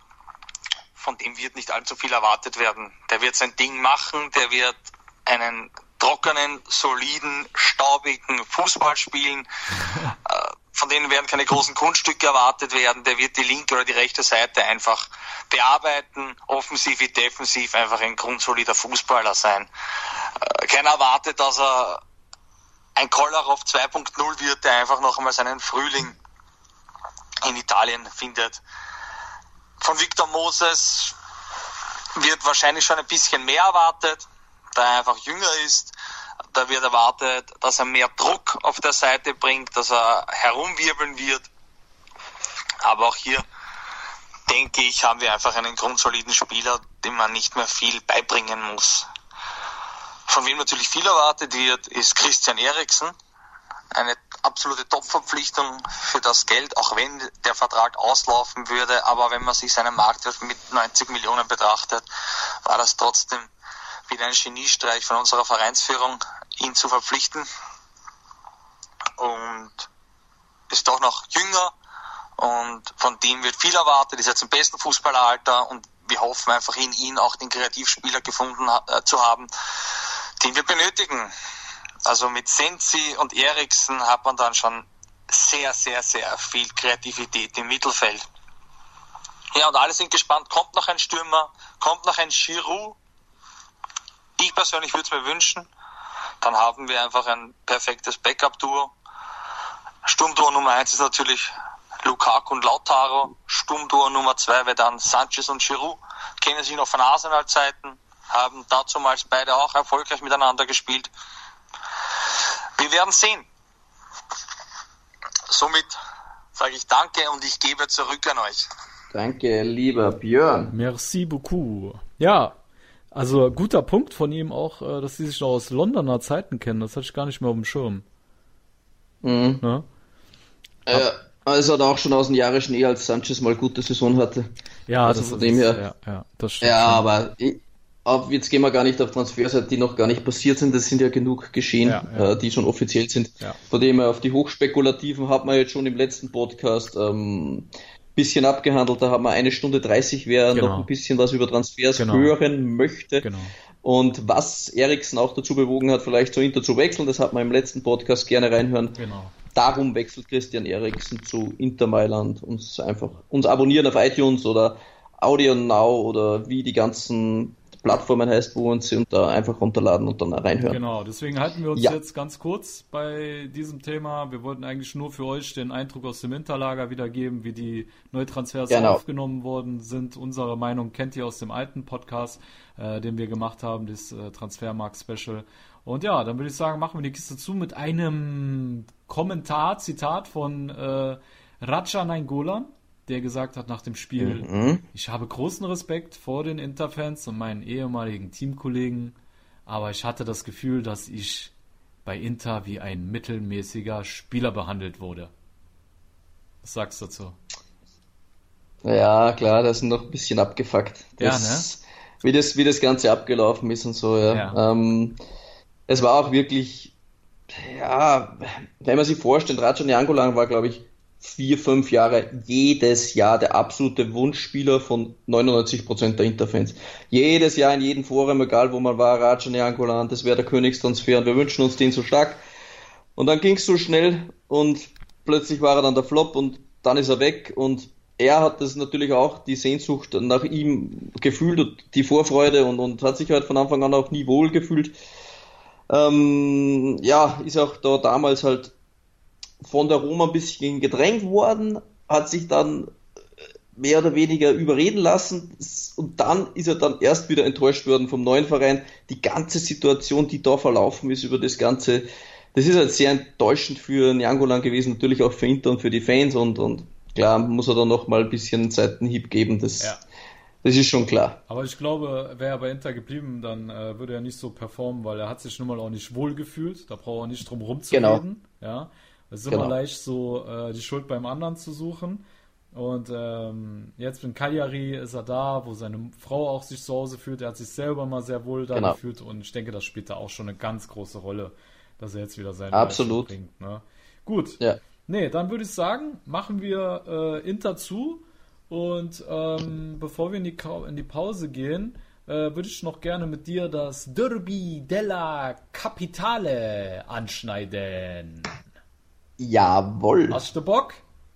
Von dem wird nicht allzu viel erwartet werden. Der wird sein Ding machen, der wird einen trockenen, soliden, staubigen Fußball spielen. Von denen werden keine großen Kunststücke erwartet werden. Der wird die linke oder die rechte Seite einfach bearbeiten, offensiv wie defensiv einfach ein grundsolider Fußballer sein. Keiner erwartet, dass er ein Kolarov zwei Punkt null wird, der einfach noch einmal seinen Frühling in Italien findet. Von Victor Moses wird wahrscheinlich schon ein bisschen mehr erwartet, da er einfach jünger ist. Da wird erwartet, dass er mehr Druck auf der Seite bringt, dass er herumwirbeln wird. Aber auch hier, denke ich, haben wir einfach einen grundsoliden Spieler, dem man nicht mehr viel beibringen muss. Von wem natürlich viel erwartet wird, ist Christian Eriksen. Eine absolute Top-Verpflichtung für das Geld, auch wenn der Vertrag auslaufen würde. Aber wenn man sich seinen Marktwert mit neunzig Millionen betrachtet, war das trotzdem wieder ein Geniestreich von unserer Vereinsführung, ihn zu verpflichten. Und ist doch noch jünger und von dem wird viel erwartet, ist jetzt im besten Fußballeralter und wir hoffen einfach in ihn auch den Kreativspieler gefunden äh, zu haben, den wir benötigen. Also mit Sensi und Eriksen hat man dann schon sehr, sehr, sehr viel Kreativität im Mittelfeld. Ja, und alle sind gespannt, kommt noch ein Stürmer, kommt noch ein Giroud. Ich persönlich würde es mir wünschen. Dann haben wir einfach ein perfektes Backup-Duo. Sturmduo Nummer eins ist natürlich Lukaku und Lautaro, Sturmduo Nummer zwei wäre dann Sanchez und Giroud, kennen sich noch von Arsenal-Zeiten, haben dazumals beide auch erfolgreich miteinander gespielt. Wir werden sehen. Somit sage ich danke und ich gebe zurück an euch. Danke, lieber Björn. Merci beaucoup. Ja, also guter Punkt von ihm auch, dass sie sich noch aus Londoner Zeiten kennen. Das hatte ich gar nicht mehr auf dem Schirm. Mhm. Ne? Äh, also hat auch schon aus dem Jahre Schnee, als Sanchez mal gute Saison hatte. Ja, also das von ist, dem her. Ja, ja, das stimmt. Ja, schon. aber ich, auf, jetzt gehen wir gar nicht auf Transfers, die noch gar nicht passiert sind. Das sind ja genug geschehen, Ja, ja. Äh, die schon offiziell sind. Ja. Von dem her auf die Hochspekulativen hat man jetzt schon im letzten Podcast ähm, bisschen abgehandelt. Da haben wir eine Stunde dreißig, wer Genau. noch ein bisschen was über Transfers Genau. hören möchte. Genau. Und was Eriksen auch dazu bewogen hat, vielleicht zu Inter zu wechseln, das hat man im letzten Podcast, gerne reinhören. Genau. Darum wechselt Christian Eriksen zu Inter Mailand. Uns einfach uns abonnieren auf iTunes oder Audio Now oder wie die ganzen Plattformen heißt, wo uns und da einfach runterladen und dann reinhören. Genau, deswegen halten wir uns Ja. jetzt ganz kurz bei diesem Thema. Wir wollten eigentlich nur für euch den Eindruck aus dem Interlager wiedergeben, wie die Neutransfers Genau. aufgenommen worden sind. Unsere Meinung kennt ihr aus dem alten Podcast, äh, den wir gemacht haben, das äh, Transfermarkt-Special. Und ja, dann würde ich sagen, machen wir die Kiste zu mit einem Kommentar, Zitat von äh, Radja Nainggolan, der gesagt hat nach dem Spiel, Mhm. ich habe großen Respekt vor den Interfans und meinen ehemaligen Teamkollegen, aber ich hatte das Gefühl, dass ich bei Inter wie ein mittelmäßiger Spieler behandelt wurde. Was sagst du dazu? Ja, klar, das ist noch ein bisschen abgefuckt. Das, Wie das, wie das Ganze abgelaufen ist und so, ja. Ja. Ähm, es war auch wirklich, ja, wenn man sich vorstellt, Radja Nainggolan war, glaube ich, vier, fünf Jahre jedes Jahr der absolute Wunschspieler von neunundneunzig Prozent der Interfans. Jedes Jahr in jedem Forum, egal wo man war, Radja Nainggolan, das wäre der Königstransfer und wir wünschen uns den so stark. Und dann ging es so schnell und plötzlich war er dann der Flop und dann ist er weg und er hat das natürlich auch, die Sehnsucht nach ihm gefühlt und die Vorfreude und, und hat sich halt von Anfang an auch nie wohl gefühlt. Ähm, ja, ist auch da damals halt von der Roma ein bisschen gedrängt worden, hat sich dann mehr oder weniger überreden lassen und dann ist er dann erst wieder enttäuscht worden vom neuen Verein. Die ganze Situation, die da verlaufen ist über das Ganze, das ist halt sehr enttäuschend für Nainggolan gewesen, natürlich auch für Inter und für die Fans und, und klar muss er dann noch mal ein bisschen einen Seitenhieb geben, das, Ja. das ist schon klar. Aber ich glaube, wäre er bei Inter geblieben, dann äh, würde er nicht so performen, weil er hat sich nun mal auch nicht wohl gefühlt. Da braucht er nicht drum rumzureden. Ja. Es ist Genau. immer leicht, so äh, die Schuld beim anderen zu suchen. Und ähm, jetzt in Cagliari ist er da, wo seine Frau auch sich zu Hause fühlt. Er hat sich selber mal sehr wohl da Genau. gefühlt. Und ich denke, das spielt da auch schon eine ganz große Rolle, dass er jetzt wieder seine Absolut. Leistung bringt. Ne? Gut. Ja. Nee, dann würde ich sagen, machen wir äh, Inter zu. Und ähm, bevor wir in die, Ka- in die Pause gehen, äh, würde ich noch gerne mit dir das Derby della Capitale anschneiden. Jawohl. Hast du Bock?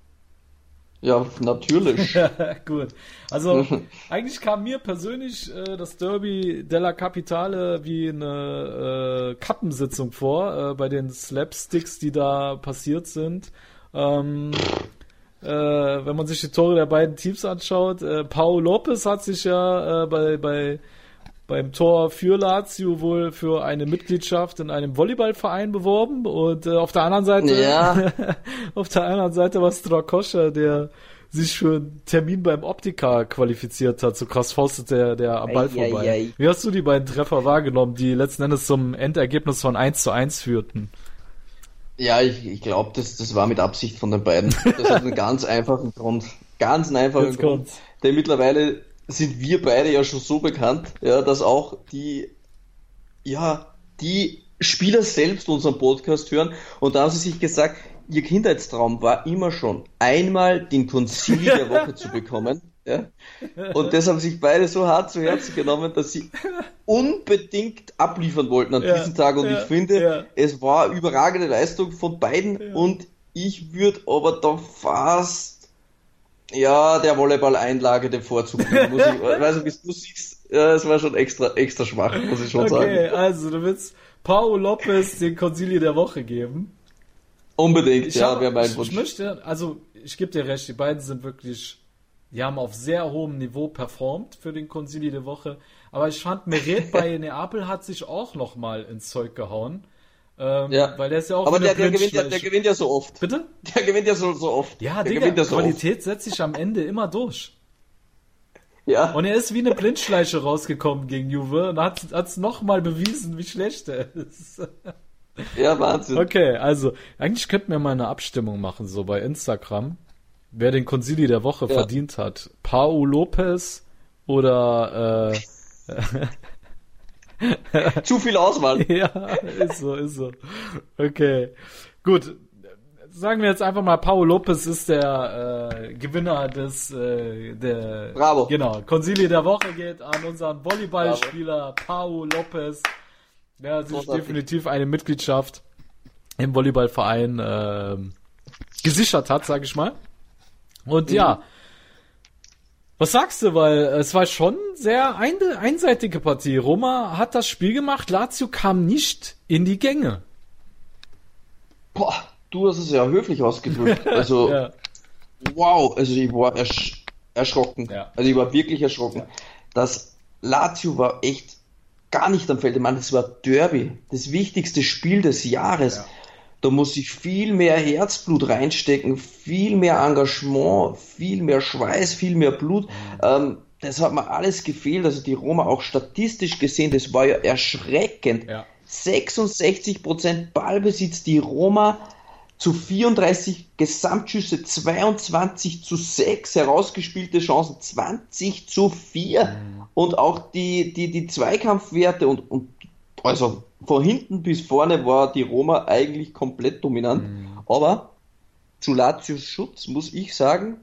Ja, natürlich. Gut. Also eigentlich kam mir persönlich äh, das Derby della Capitale wie eine äh, Kappensitzung vor, äh, bei den Slapsticks, die da passiert sind. Ähm, äh, wenn man sich die Tore der beiden Teams anschaut, äh, Pau Lopez hat sich ja äh, bei, bei beim Tor für Lazio wohl für eine Mitgliedschaft in einem Volleyballverein beworben und äh, auf der anderen Seite Ja. auf der anderen Seite war Strakoscha, der sich für einen Termin beim Optiker qualifiziert hat. So krass faustet der, der am Ball Ei, ei, vorbei. ei. Wie hast du die beiden Treffer wahrgenommen, die letzten Endes zum Endergebnis von eins zu eins führten? Ja, ich, ich glaube, das, das war mit Absicht von den beiden. Das hat einen ganz einfachen Grund. Ganz einen einfachen Jetzt Grund. kommt's. Denn mittlerweile sind wir beide ja schon so bekannt, ja, dass auch die, ja, die Spieler selbst unseren Podcast hören. Und da haben sie sich gesagt, ihr Kindheitstraum war immer schon, einmal den Concili der Woche zu bekommen. Ja. Und das haben sich beide so hart zu Herzen genommen, dass sie unbedingt abliefern wollten an Ja, diesem Tag. Und ja, ich finde, ja. es war überragende Leistung von beiden. Und ich würde aber da fast, ja, der Volleyball-Einlage den Vorzug geben. Muss ich, weiß nicht, wie du siehst, ja, es war schon extra, extra schwach, muss ich schon Okay, sagen. also du willst Pau Lopez den Concili der Woche geben. Unbedingt, Ich, ja, hab, wäre mein ich, Wunsch. ich möchte, also ich gebe dir recht, die beiden sind wirklich, die haben auf sehr hohem Niveau performt für den Consili der Woche. Aber ich fand, Meret bei Neapel hat sich auch nochmal ins Zeug gehauen. Ähm, ja. Weil der ist ja auch Aber der, der, gewinnt ja, der gewinnt ja so oft. Bitte? Der gewinnt ja so, so oft. Ja, der Digga, ja so Qualität setzt sich am Ende immer durch. Ja. Und er ist wie eine Blindschleiche rausgekommen gegen Juve und hat es nochmal bewiesen, wie schlecht er ist. Ja, Wahnsinn. Okay, also eigentlich könnten wir mal eine Abstimmung machen, so bei Instagram, wer den Consili der Woche ja. verdient hat. Pau Lopez oder äh, zu viel Auswahl. Ja, ist so, ist so. Okay, gut. Sagen wir jetzt einfach mal, Pau Lopez ist der äh, Gewinner des äh, der Bravo. Genau, Consili der Woche geht an unseren Volleyballspieler Pau Lopez. Der sich Großartig. definitiv eine Mitgliedschaft im Volleyballverein äh, gesichert hat, sag ich mal. Und mhm. ja, was sagst du? Weil es war schon sehr ein, einseitige Partie. Roma hat das Spiel gemacht, Lazio kam nicht in die Gänge. Boah, du hast es ja höflich ausgedrückt. Also, ja. wow, also ich war ersch- erschrocken. Ja. Also ich war wirklich erschrocken. Das Lazio war echt gar nicht am Feld. Ich meine, das war Derby, das wichtigste Spiel des Jahres. Ja. Da muss ich viel mehr Herzblut reinstecken, viel mehr Engagement, viel mehr Schweiß, viel mehr Blut. Mhm. Ähm, das hat mir alles gefehlt. Also die Roma auch statistisch gesehen, das war ja erschreckend. Ja. sechsundsechzig Prozent Ballbesitz, die Roma zu vierunddreißig Gesamtschüsse, zweiundzwanzig zu sechs, herausgespielte Chancen zwanzig zu vier. Mhm. Und auch die, die, die Zweikampfwerte und, und also von hinten bis vorne war die Roma eigentlich komplett dominant. Mhm. Aber zu Lazios Schutz muss ich sagen,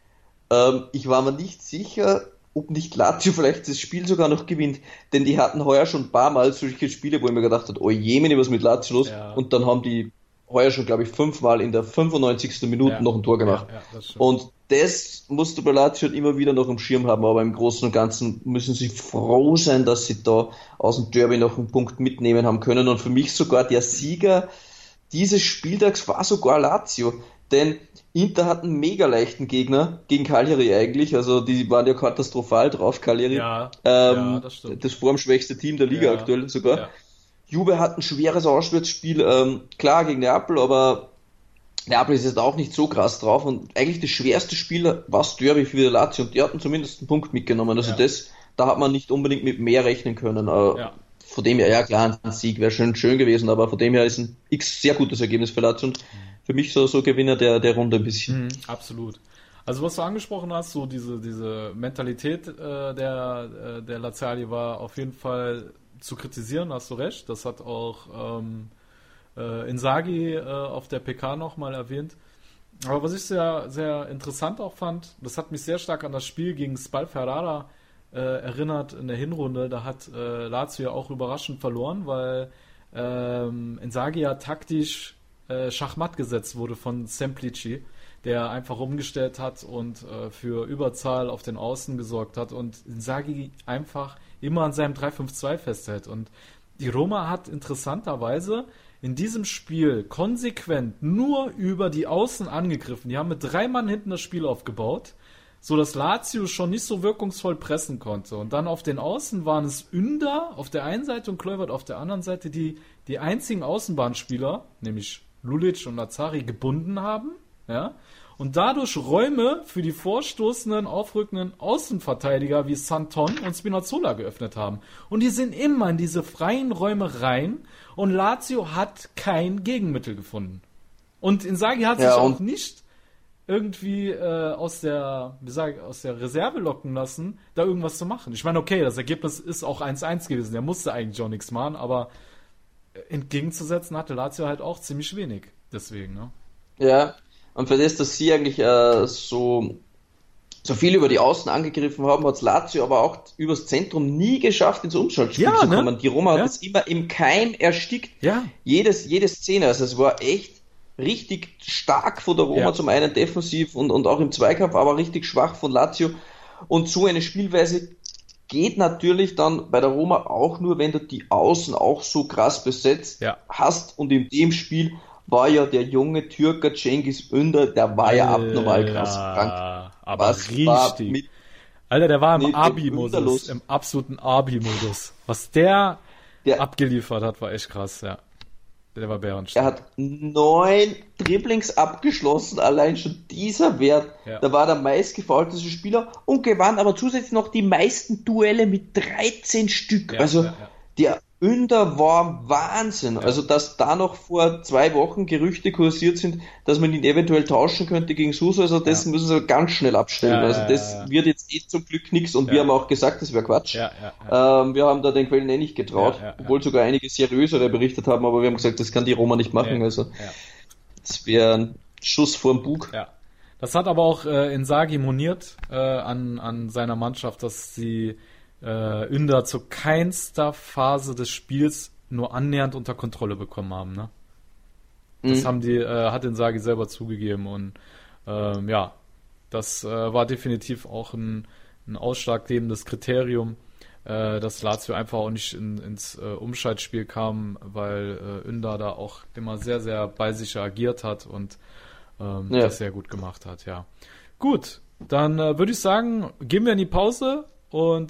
ähm, ich war mir nicht sicher, ob nicht Lazio vielleicht das Spiel sogar noch gewinnt. Denn die hatten heuer schon ein paar Mal solche Spiele, wo ich mir gedacht habe, oh Jemine, was mit Lazio los? Ja. Und dann haben die heuer schon, glaube ich, fünfmal in der fünfundneunzigsten Minute ja. noch ein Tor gemacht. Ja, ja, das und das musst du bei Lazio immer wieder noch im Schirm haben, aber im Großen und Ganzen müssen sie froh sein, dass sie da aus dem Derby noch einen Punkt mitnehmen haben können. Und für mich sogar der Sieger dieses Spieltags war sogar Lazio. Denn Inter hat einen mega leichten Gegner gegen Cagliari eigentlich, also die waren ja katastrophal drauf, Cagliari. Ja, ähm, ja, das stimmt. Das formschwächste Team der Liga ja, aktuell sogar. Ja. Juve hat ein schweres Auswärtsspiel, ähm, klar gegen Neapel, aber Neapel ist jetzt auch nicht so krass drauf und eigentlich das schwerste Spiel war das Derby für Lazio und die hatten zumindest einen Punkt mitgenommen, also ja. das, da hat man nicht unbedingt mit mehr rechnen können. Äh, ja. Von dem her, ja klar, ein Sieg wäre schön, schön gewesen, aber von dem her ist ein X sehr gutes Ergebnis für Lazio und für mich so, so Gewinner der, der Runde ein bisschen. Mhm, absolut. Also was du angesprochen hast, so diese, diese Mentalität äh, der, äh, der Laziali war auf jeden Fall zu kritisieren, hast du recht. Das hat auch ähm, äh, Inzaghi äh, auf der P K nochmal erwähnt. Aber was ich sehr, sehr interessant auch fand, das hat mich sehr stark an das Spiel gegen Spal Ferrara äh, erinnert in der Hinrunde. Da hat äh, Lazio ja auch überraschend verloren, weil ähm, Inzaghi ja taktisch äh, Schachmatt gesetzt wurde von Semplici, der einfach umgestellt hat und äh, für Überzahl auf den Außen gesorgt hat und Inzaghi einfach immer an seinem drei fünf zwei festhält. Und die Roma hat interessanterweise in diesem Spiel konsequent nur über die Außen angegriffen. Die haben mit drei Mann hinten das Spiel aufgebaut, so dass Lazio schon nicht so wirkungsvoll pressen konnte. Und dann auf den Außen waren es Ünder auf der einen Seite und Kluivert auf der anderen Seite, die die einzigen Außenbahnspieler, nämlich Lulic und Lazzari, gebunden haben, ja, und dadurch Räume für die vorstoßenden, aufrückenden Außenverteidiger wie Santon und Spinazzola geöffnet haben. Und die sind immer in diese freien Räume rein und Lazio hat kein Gegenmittel gefunden. Und Inzaghi hat ja, sich auch nicht irgendwie äh, aus der, wie sag ich, aus der Reserve locken lassen, da irgendwas zu machen. Ich meine, okay, das Ergebnis ist auch eins eins gewesen, der musste eigentlich auch nichts machen, aber entgegenzusetzen hatte Lazio halt auch ziemlich wenig. Deswegen, ne? Ja, und für das, dass sie eigentlich äh, so, so viel über die Außen angegriffen haben, hat Lazio aber auch übers Zentrum nie geschafft, ins Umschaltspiel ja, zu ne? kommen. Die Roma ja. hat es immer im Keim erstickt. Ja. Jedes, jede Szene, also es war echt richtig stark von der Roma, ja. zum einen defensiv und, und auch im Zweikampf, aber richtig schwach von Lazio. Und so eine Spielweise geht natürlich dann bei der Roma auch nur, wenn du die Außen auch so krass besetzt ja. hast und in dem Spiel war ja der junge Türker Cengiz Ünder, der war ja Alter, abnormal krass krank. aber Was richtig. war mit Alter, der war im mit dem Abi-Modus, Ünder los? im absoluten Abi-Modus. Was der, Der- abgeliefert hat, war echt krass, ja. Der war Er bärenstark. hat neun Dribblings abgeschlossen, allein schon dieser Wert. Ja. Da war der meistgefoulteste Spieler und gewann aber zusätzlich noch die meisten Duelle mit dreizehn Stück. Ja, also ja, ja. der Ünder war Wahnsinn. Also dass da noch vor zwei Wochen Gerüchte kursiert sind, dass man ihn eventuell tauschen könnte gegen Suso, also das Ja. müssen sie ganz schnell abstellen. Ja, also ja, das ja, ja. wird jetzt eh zum Glück nichts und Ja. wir haben auch gesagt, das wäre Quatsch. Ja, ja, ja. Ähm, wir haben da den Quellen eh nicht getraut, Ja, ja, ja. obwohl sogar einige seriösere berichtet haben, aber wir haben gesagt, das kann die Roma nicht machen. Ja, Also ja. das wäre ein Schuss vorm Bug. Ja. Das hat aber auch äh, Inzaghi moniert äh, an, an seiner Mannschaft, dass sie äh, Ünder zu keinster Phase des Spiels nur annähernd unter Kontrolle bekommen haben. Ne? Das Mhm. haben die, äh, hat Inzaghi selber zugegeben und ähm, ja, das äh, war definitiv auch ein, ein ausschlaggebendes Kriterium, äh, dass Lazio einfach auch nicht in, ins äh, Umschaltspiel kam, weil äh, Ünder da auch immer sehr, sehr bei sich agiert hat und ähm, Ja. das sehr gut gemacht hat, ja. Gut, dann äh, würde ich sagen, gehen wir in die Pause und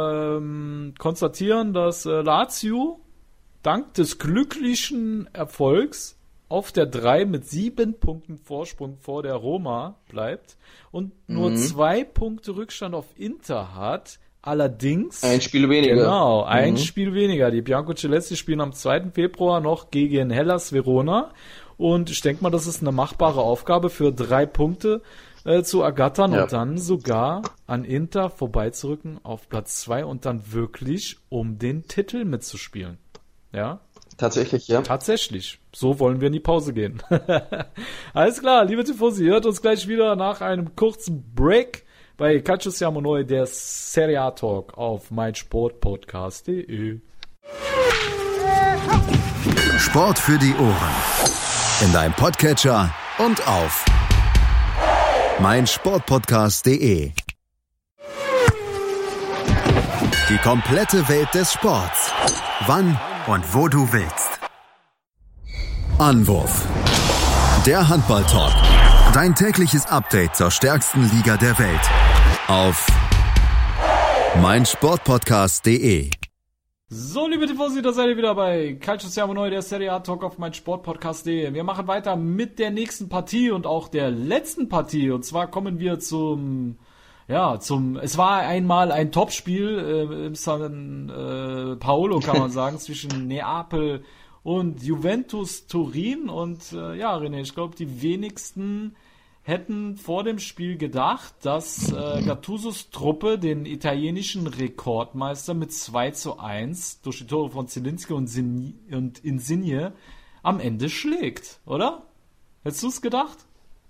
ähm, konstatieren, dass äh, Lazio dank des glücklichen Erfolgs auf der drei mit sieben Punkten Vorsprung vor der Roma bleibt und nur Mhm. zwei Punkte Rückstand auf Inter hat. Allerdings Ein Spiel weniger. Genau, ein Mhm. Spiel weniger. Die Biancocelesti spielen am zweiten Februar noch gegen Hellas Verona. Und ich denke mal, das ist eine machbare Aufgabe für drei Punkte äh, zu ergattern Ja. und dann sogar an Inter vorbeizurücken auf Platz zwei und dann wirklich um den Titel mitzuspielen. Ja, Tatsächlich, ja. tatsächlich. So wollen wir in die Pause gehen. Alles klar, liebe Tifosi, hört uns gleich wieder nach einem kurzen Break bei Calcio Siamo Noi, der Serie A Talk auf meinsportpodcast punkt de. Sport für die Ohren. In deinem Podcatcher und auf meinsportpodcast punkt de. Die komplette Welt des Sports. Wann und wo du willst. Anwurf. Der Handball-Talk. Dein tägliches Update zur stärksten Liga der Welt. Auf meinsportpodcast punkt de. So, liebe Tifosi, da seid ihr wieder bei Calcio Siamo Noi, der Serie A Talk auf meinsportpodcast punkt de. Wir machen weiter mit der nächsten Partie und auch der letzten Partie. Und zwar kommen wir zum, ja, zum, es war einmal ein Topspiel äh, im San äh, Paolo, kann man sagen, zwischen Neapel und Juventus Turin. Und äh, ja, René, ich glaube, die wenigsten hätten vor dem Spiel gedacht, dass äh, Gattusos Truppe den italienischen Rekordmeister mit zwei zu eins durch die Tore von Zielinski und, Sin- und Insigne am Ende schlägt, oder? Hättest du es gedacht?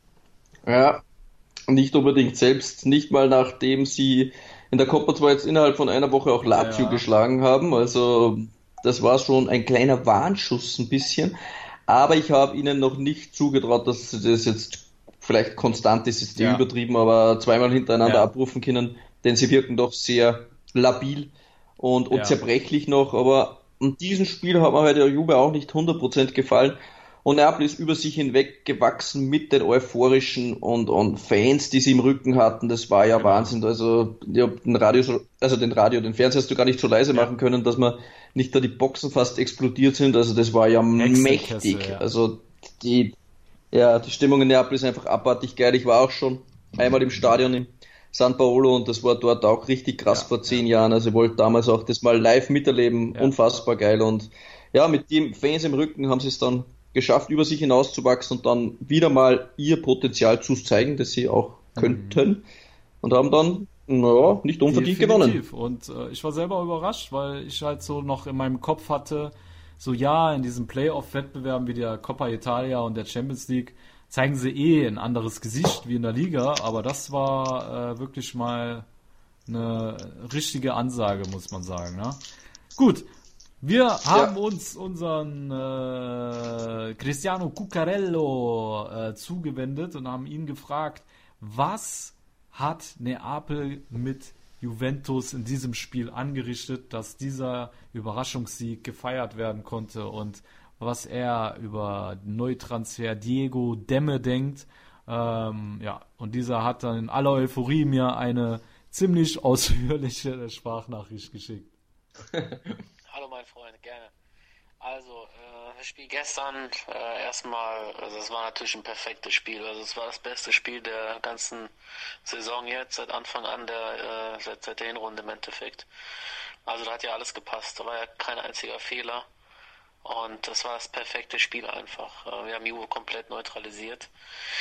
Ja, nicht unbedingt selbst, nicht mal nachdem sie in der Coppa zwar jetzt innerhalb von einer Woche auch Lazio Ja. geschlagen haben, also das war schon ein kleiner Warnschuss ein bisschen, aber ich habe ihnen noch nicht zugetraut, dass sie das jetzt vielleicht konstant ist, ist Ja. übertrieben, aber zweimal hintereinander Ja. abrufen können, denn sie wirken doch sehr labil und, und Ja. zerbrechlich noch, aber in diesem Spiel hat mir halt der Juve auch nicht hundert Prozent gefallen. Und Neapel ist über sich hinweg gewachsen mit den euphorischen und, und Fans, die sie im Rücken hatten. Das war ja Genau. Wahnsinn. Also, ich hab den Radio, so- also den Radio, den Fernseher hast du gar nicht so leise machen können, dass man nicht da die Boxen fast explodiert sind. Also, das war ja Hexenkessel, mächtig. ja. Also, die, ja, die Stimmung in Neapel ist einfach abartig geil. Ich war auch schon einmal im Stadion in San Paolo und das war dort auch richtig krass Ja, vor zehn Jahren. Also, ich wollte damals auch das mal live miterleben. Ja. Unfassbar geil. Und ja, mit dem Fans im Rücken haben sie es dann geschafft, über sich hinauszuwachsen und dann wieder mal ihr Potenzial zu zeigen, das sie auch könnten. Und haben dann, naja, nicht unverdient gewonnen. Definitiv. Und äh, ich war selber überrascht, weil ich halt so noch in meinem Kopf hatte, so ja, in diesen Playoff-Wettbewerben wie der Coppa Italia und der Champions League zeigen sie eh ein anderes Gesicht wie in der Liga, aber das war äh, wirklich mal eine richtige Ansage, muss man sagen. Ne? Gut, wir haben uns unseren äh, Cristiano Cuccarello äh, zugewendet und haben ihn gefragt, was hat Neapel mit Juventus in diesem Spiel angerichtet, dass dieser Überraschungssieg gefeiert werden konnte und was er über Neutransfer Diego Demme denkt. Ähm, ja, und dieser hat dann in aller Euphorie mir eine ziemlich ausführliche Sprachnachricht geschickt. Hallo mein Freund, gerne. Also, äh, das Spiel gestern, äh, erstmal, also es war natürlich ein perfektes Spiel. Also es war das beste Spiel der ganzen Saison jetzt, seit Anfang an, der, äh, seit, seit der Hinrunde im Endeffekt. Also da hat ja alles gepasst, da war ja kein einziger Fehler. Und das war das perfekte Spiel einfach. Äh, wir haben Juve komplett neutralisiert.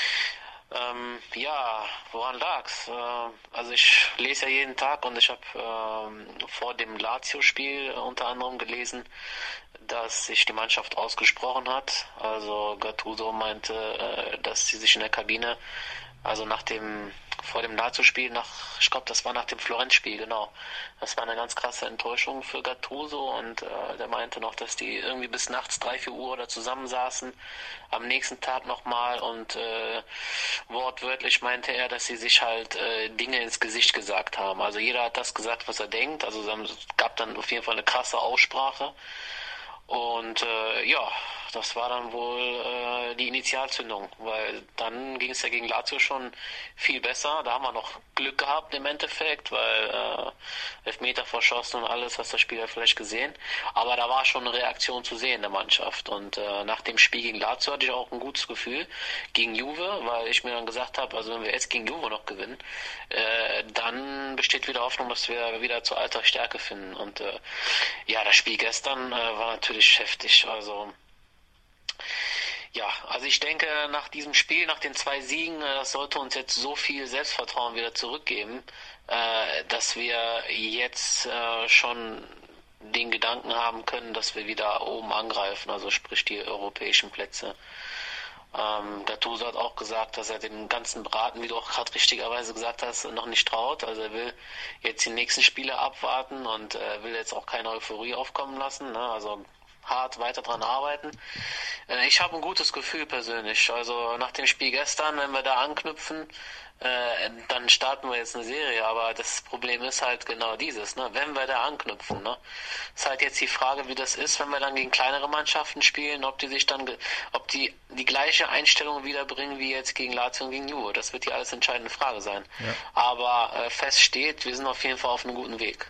Ähm, ja, woran lag's? Äh, also ich lese ja jeden Tag und ich habe ähm, vor dem Lazio-Spiel unter anderem gelesen, dass sich die Mannschaft ausgesprochen hat. Also Gattuso meinte, äh, dass sie sich in der Kabine, also nach dem, vor dem Lazio-Spiel, nach, ich glaube, das war nach dem Florenz-Spiel, genau. Das war eine ganz krasse Enttäuschung für Gattuso und äh, der meinte noch, dass die irgendwie bis nachts drei, vier Uhr da zusammensaßen, am nächsten Tag nochmal und äh, wortwörtlich meinte er, dass sie sich halt äh, Dinge ins Gesicht gesagt haben. Also jeder hat das gesagt, was er denkt. Also es gab dann auf jeden Fall eine krasse Aussprache. Und äh, ja, das war dann wohl äh, die Initialzündung, weil dann ging es ja gegen Lazio schon viel besser. Da haben wir noch Glück gehabt im Endeffekt, weil äh, Elfmeter verschossen und alles, hast das Spiel ja vielleicht gesehen. Aber da war schon eine Reaktion zu sehen in der Mannschaft. Und äh, nach dem Spiel gegen Lazio hatte ich auch ein gutes Gefühl gegen Juve, weil ich mir dann gesagt habe, also wenn wir jetzt gegen Juve noch gewinnen, äh, dann besteht wieder Hoffnung, dass wir wieder zur alter Stärke finden. Und äh, ja, das Spiel gestern äh, war natürlich heftig, also ja, also ich denke, nach diesem Spiel, nach den zwei Siegen, das sollte uns jetzt so viel Selbstvertrauen wieder zurückgeben, äh, dass wir jetzt äh, schon den Gedanken haben können, dass wir wieder oben angreifen, also sprich die europäischen Plätze. Ähm, Gattuso hat auch gesagt, dass er den ganzen Braten, wie du auch gerade richtigerweise gesagt hast, noch nicht traut. Also er will jetzt die nächsten Spiele abwarten und äh, will jetzt auch keine Euphorie aufkommen lassen, ne? Also hart weiter dran arbeiten. Ich habe ein gutes Gefühl persönlich. Also nach dem Spiel gestern, wenn wir da anknüpfen, äh, dann starten wir jetzt eine Serie. Aber das Problem ist halt genau dieses, ne? Wenn wir da anknüpfen. Ne? Ist halt jetzt die Frage, wie das ist, wenn wir dann gegen kleinere Mannschaften spielen, ob die sich dann, ob die die gleiche Einstellung wiederbringen wie jetzt gegen Lazio und gegen Juve. Das wird die alles entscheidende Frage sein. Ja. Aber äh, fest steht, wir sind auf jeden Fall auf einem guten Weg.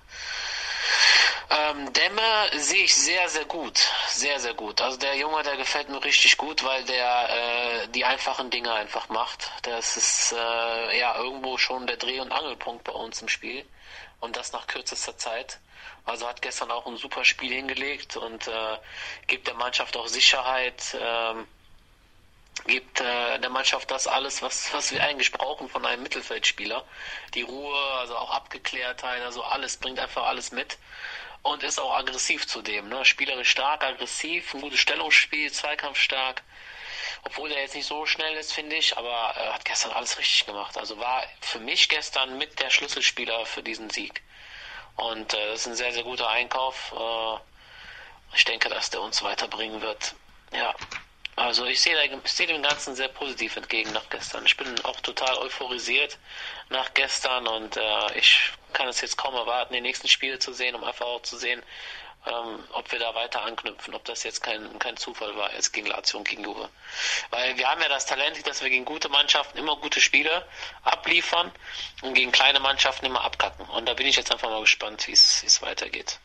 Ähm, Demme sehe ich sehr, sehr gut. Sehr, sehr gut. Also der Junge, der gefällt mir richtig gut, weil der äh, die einfachen Dinge einfach macht. Das ist äh, ja irgendwo schon der Dreh- und Angelpunkt bei uns im Spiel. Und das nach kürzester Zeit. Also hat gestern auch ein super Spiel hingelegt und äh, gibt der Mannschaft auch Sicherheit, ähm, gibt äh, der Mannschaft das alles, was, was wir eigentlich brauchen von einem Mittelfeldspieler. Die Ruhe, also auch Abgeklärtheit, also alles, bringt einfach alles mit. Und ist auch aggressiv zudem, ne? Spielerisch stark, aggressiv, ein gutes Stellungsspiel, zweikampfstark. Obwohl er jetzt nicht so schnell ist, finde ich, aber er hat gestern alles richtig gemacht. Also war für mich gestern mit der Schlüsselspieler für diesen Sieg. Und äh, das ist ein sehr, sehr guter Einkauf. Äh, ich denke, dass der uns weiterbringen wird. Ja, also ich sehe, ich sehe dem Ganzen sehr positiv entgegen nach gestern. Ich bin auch total euphorisiert nach gestern und äh, ich kann es jetzt kaum erwarten, die nächsten Spiele zu sehen, um einfach auch zu sehen, ähm, ob wir da weiter anknüpfen, ob das jetzt kein, kein Zufall war, jetzt gegen Lazio und gegen Juve. Weil wir haben ja das Talent, dass wir gegen gute Mannschaften immer gute Spiele abliefern und gegen kleine Mannschaften immer abkacken. Und da bin ich jetzt einfach mal gespannt, wie es weitergeht.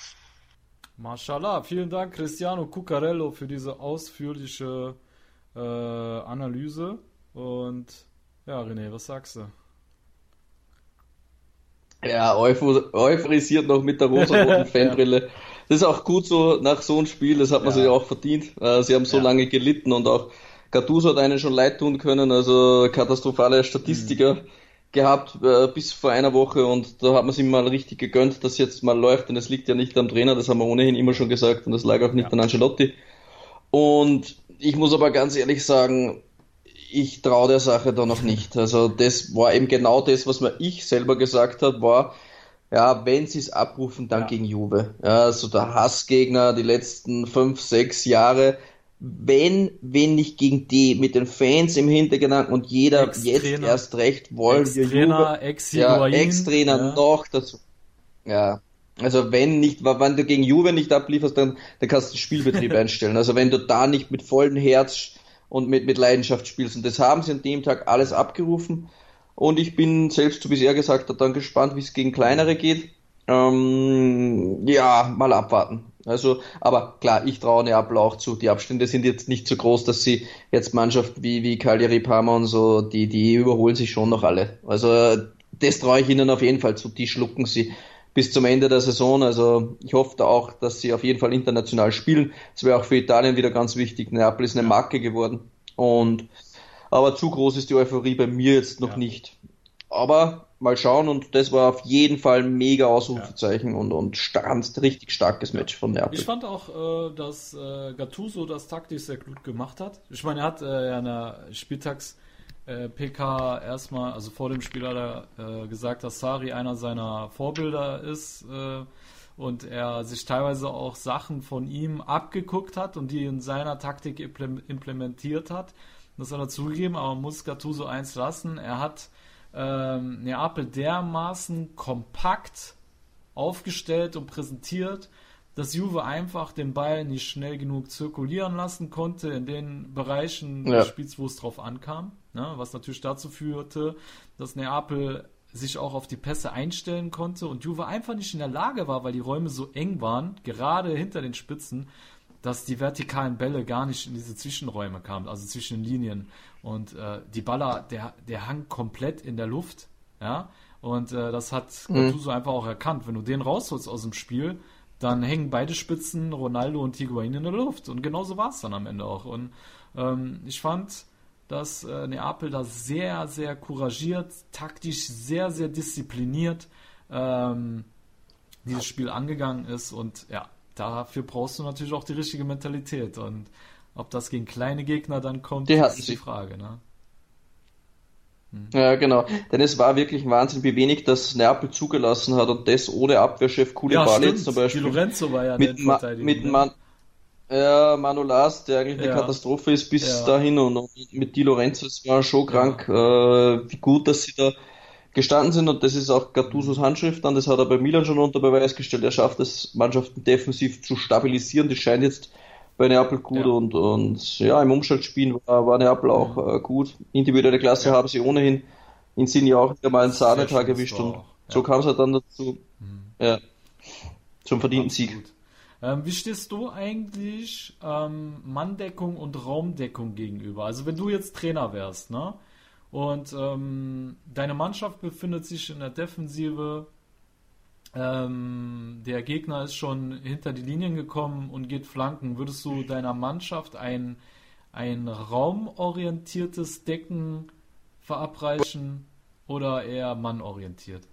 Mashallah, vielen Dank Cristiano Cuccarello für diese ausführliche äh, Analyse. Und ja, René, was sagst du? Ja, euphorisiert noch mit der rosa-roten Fanbrille. Das ist auch gut so nach so einem Spiel, das hat man ja. sich auch verdient. Sie haben so ja. lange gelitten und auch Gattuso hat einen schon leid tun können, also katastrophale Statistiker mhm. gehabt äh, bis vor einer Woche und da hat man sich mal richtig gegönnt, dass jetzt mal läuft und es liegt ja nicht am Trainer, das haben wir ohnehin immer schon gesagt und das lag auch nicht ja. an Ancelotti. Und ich muss aber ganz ehrlich sagen, ich traue der Sache da noch nicht. Also das war eben genau das, was mir ich selber gesagt habe, war, ja, wenn sie es abrufen, dann ja. gegen Juve. Ja, also der Hassgegner die letzten fünf, sechs Jahre, wenn, wenn nicht gegen die, mit den Fans im Hintergedanken und jeder Ex-Trainer. Jetzt erst recht wollen wir Ex-Trainer, Juve. Ex-Higuain, ja, Ex-Trainer ja. noch dazu. Ja, Also wenn nicht, wenn du gegen Juve nicht ablieferst, dann, dann kannst du den Spielbetrieb einstellen. Also wenn du da nicht mit vollem Herz und mit, mit Leidenschaft spielst. Und das haben sie an dem Tag alles abgerufen. Und ich bin selbst, so wie es er gesagt hat, dann gespannt, wie es gegen kleinere geht. Ähm, ja, mal abwarten. Also, aber klar, ich traue Neapel auch zu. Die Abstände sind jetzt nicht so groß, dass sie jetzt Mannschaften wie, wie Cagliari, Parma und so, die, die überholen sich schon noch alle. Also, das traue ich ihnen auf jeden Fall zu. Die schlucken sie bis zum Ende der Saison. Also, ich hoffe da auch, dass sie auf jeden Fall international spielen. Das wäre auch für Italien wieder ganz wichtig. Neapel ist eine Marke geworden. Und, aber zu groß ist die Euphorie bei mir jetzt noch ja. nicht. Aber mal schauen, und das war auf jeden Fall ein mega Ausrufezeichen ja. und, und stand, richtig starkes Match von Neapel. Ich fand auch, äh, dass äh, Gattuso das taktisch sehr gut gemacht hat. Ich meine, er hat äh, ja in der Spieltags-P K äh, erstmal, also vor dem Spiel hat er äh, gesagt, dass Sarri einer seiner Vorbilder ist äh, und er sich teilweise auch Sachen von ihm abgeguckt hat und die in seiner Taktik implementiert hat. Das hat er zugegeben, aber man muss Gattuso eins lassen, er hat Ähm, Neapel dermaßen kompakt aufgestellt und präsentiert, dass Juve einfach den Ball nicht schnell genug zirkulieren lassen konnte in den Bereichen ja. des Spiels, wo es drauf ankam, ne? Was natürlich dazu führte, dass Neapel sich auch auf die Pässe einstellen konnte und Juve einfach nicht in der Lage war, weil die Räume so eng waren, gerade hinter den Spitzen, dass die vertikalen Bälle gar nicht in diese Zwischenräume kamen, also zwischen den Linien. Und äh, die Baller, der, der hang komplett in der Luft, ja. Und äh, das hat Gattuso mhm. einfach auch erkannt. Wenn du den rausholst aus dem Spiel, dann hängen beide Spitzen, Ronaldo und Higuain, in der Luft. Und genauso war es dann am Ende auch. Und ähm, ich fand, dass äh, Neapel da sehr, sehr couragiert, taktisch sehr, sehr diszipliniert ähm, dieses Spiel angegangen ist. Und ja, dafür brauchst du natürlich auch die richtige Mentalität. Und ob das gegen kleine Gegner dann kommt, die ist die sie. Frage, ne? Hm. Ja, genau. Denn es war wirklich Wahnsinn, wie wenig das Neapel zugelassen hat und das ohne Abwehrchef Koulibaly ja, jetzt zum Beispiel. Die Lorenzo war ja mit, Ma- mit Man- ja, Manolas, der eigentlich eine ja. Katastrophe ist bis ja. dahin, und, und mit Di Lorenzo, es war schon krank, ja. äh, wie gut, dass sie da gestanden sind, und das ist auch Gattusos Handschrift dann, das hat er bei Milan schon unter Beweis gestellt, er schafft es, Mannschaften defensiv zu stabilisieren, das scheint jetzt bei Neapel gut ja. und, und ja, im Umschaltspielen war, war Neapel auch äh, gut, individuelle Klasse ja. haben sie ohnehin, Insigne auch wieder mal einen Sahnetag erwischt und ja. so kam es halt dann dazu, mhm. ja, zum verdienten Absolut. Sieg. Ähm, wie stehst du eigentlich ähm, Manndeckung und Raumdeckung gegenüber? Also wenn du jetzt Trainer wärst, ne? Und ähm, deine Mannschaft befindet sich in der Defensive, ähm, der Gegner ist schon hinter die Linien gekommen und geht flanken. Würdest du deiner Mannschaft ein, ein raumorientiertes Decken verabreichen oder eher mannorientiert?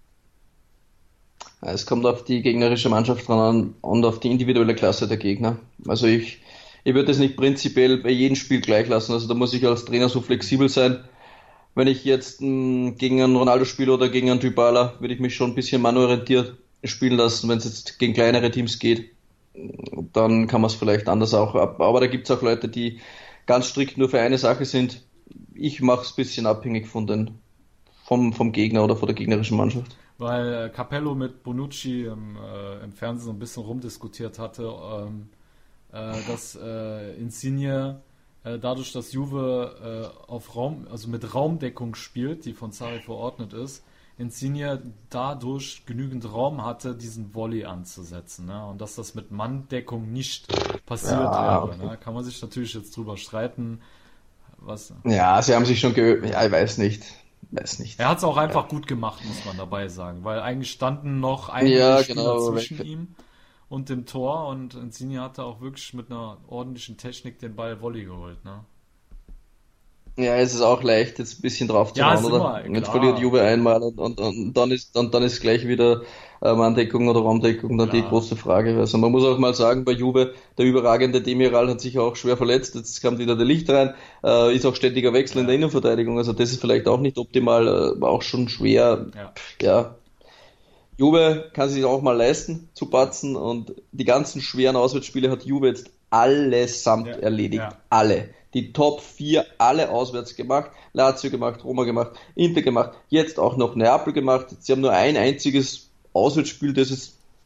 Es kommt auf die gegnerische Mannschaft dran an und auf die individuelle Klasse der Gegner. Also ich, ich würde es nicht prinzipiell bei jedem Spiel gleich lassen. Also da muss ich als Trainer so flexibel sein. Wenn ich jetzt mh, gegen einen Ronaldo spiele oder gegen einen Dybala, würde ich mich schon ein bisschen mannorientiert spielen lassen. Wenn es jetzt gegen kleinere Teams geht, dann kann man es vielleicht anders auch ab. Aber da gibt es auch Leute, die ganz strikt nur für eine Sache sind. Ich mache es ein bisschen abhängig von den, vom, vom Gegner oder von der gegnerischen Mannschaft. Weil äh, Capello mit Bonucci im, äh, im Fernsehen so ein bisschen rumdiskutiert hatte, ähm, äh, dass äh, Insigne äh, dadurch, dass Juve äh, auf Raum, also mit Raumdeckung spielt, die von Sarri verordnet ist, Insigne dadurch genügend Raum hatte, diesen Volley anzusetzen, ne? Und dass das mit Manndeckung nicht passiert ja, wäre. Okay. Ne? Kann man sich natürlich jetzt drüber streiten. Was? Ja, sie haben sich schon geübt. Ja, ich weiß nicht. Weiß nicht. Er hat es auch einfach ja. gut gemacht, muss man dabei sagen, weil eigentlich standen noch einige ja, Spieler genau, zwischen weg. ihm und dem Tor, und Insigne hatte auch wirklich mit einer ordentlichen Technik den Ball Volley geholt, ne? Ja, es ist auch leicht, jetzt ein bisschen drauf zu ja, hauen, oder? Immer, jetzt verliert Juve einmal und, und, und dann ist und dann ist gleich wieder äh, Manndeckung oder Raumdeckung dann klar. Die große Frage. Also man muss auch mal sagen, bei Juve, der überragende Demiral hat sich auch schwer verletzt, jetzt kam wieder der Licht rein, äh, ist auch ständiger Wechsel ja. in der Innenverteidigung, also das ist vielleicht auch nicht optimal, äh, war auch schon schwer, ja. ja. Juve kann sich auch mal leisten zu patzen, und die ganzen schweren Auswärtsspiele hat Juve jetzt allesamt ja. erledigt, ja. alle. Die Top vier alle auswärts gemacht, Lazio gemacht, Roma gemacht, Inter gemacht, jetzt auch noch Neapel gemacht. Sie haben nur ein einziges Auswärtsspiel, das es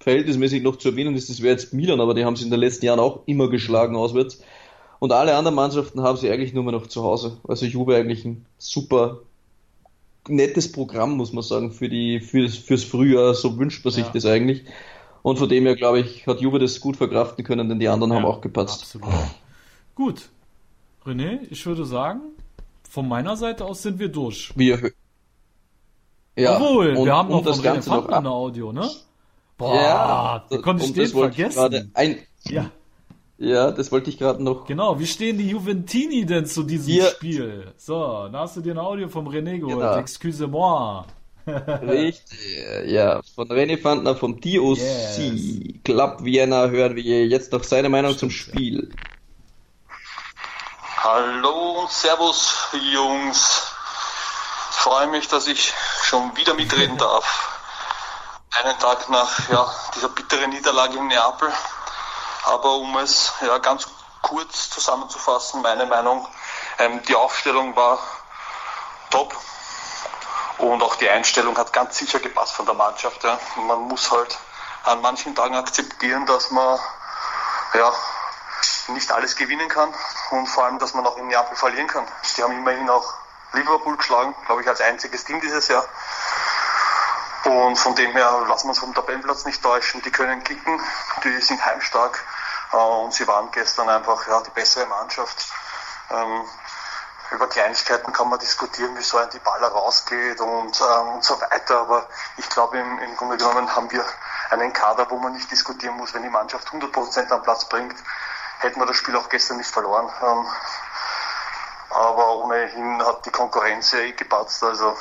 verhältnismäßig noch zu erwähnen ist, das wäre jetzt Milan, aber die haben sie in den letzten Jahren auch immer geschlagen auswärts. Und alle anderen Mannschaften haben sie eigentlich nur mehr noch zu Hause. Also Juve eigentlich ein super nettes Programm, muss man sagen, für die fürs, fürs Frühjahr, so wünscht man sich ja. das eigentlich. Und von dem her, glaube ich, hat Juve das gut verkraften können, denn die anderen ja, haben auch gepatzt. Absolut. Gut. René, ich würde sagen, von meiner Seite aus sind wir durch. Wir ja, Obwohl, und, wir haben noch das von Ganze René noch eine Audio, ne? Boah, ja, da konnte ich den vergessen. Ich ein, ja. ja, das wollte ich gerade noch. Genau, wie stehen die Juventini denn zu diesem Hier. Spiel? So, da hast du dir ein Audio vom René geholt. Genau. Excuse-moi. Richtig, ja, von René Fandner vom D O C yes. Club Vienna hören wir jetzt noch seine Meinung Stimmt, zum Spiel. Hallo und Servus, Jungs. Ich freue mich, dass ich schon wieder mitreden darf. Einen Tag nach ja, dieser bitteren Niederlage in Neapel. Aber um es ja, ganz kurz zusammenzufassen, meine Meinung, ähm, die Aufstellung war top. Und auch die Einstellung hat ganz sicher gepasst von der Mannschaft. Ja. Man muss halt an manchen Tagen akzeptieren, dass man ja, nicht alles gewinnen kann und vor allem, dass man auch in Neapel verlieren kann. Die haben immerhin auch Liverpool geschlagen, glaube ich, als einziges Team dieses Jahr. Und von dem her lassen wir uns vom Tabellenplatz nicht täuschen. Die können kicken, die sind heimstark und sie waren gestern einfach ja, die bessere Mannschaft. Ähm, Über Kleinigkeiten kann man diskutieren, wieso ein Dybala rausgeht und, ähm, und so weiter. Aber ich glaube, im, im Grunde genommen haben wir einen Kader, wo man nicht diskutieren muss. Wenn die Mannschaft hundert Prozent am Platz bringt, hätten wir das Spiel auch gestern nicht verloren. Ähm, aber ohnehin hat die Konkurrenz ja eh gepatzt. Also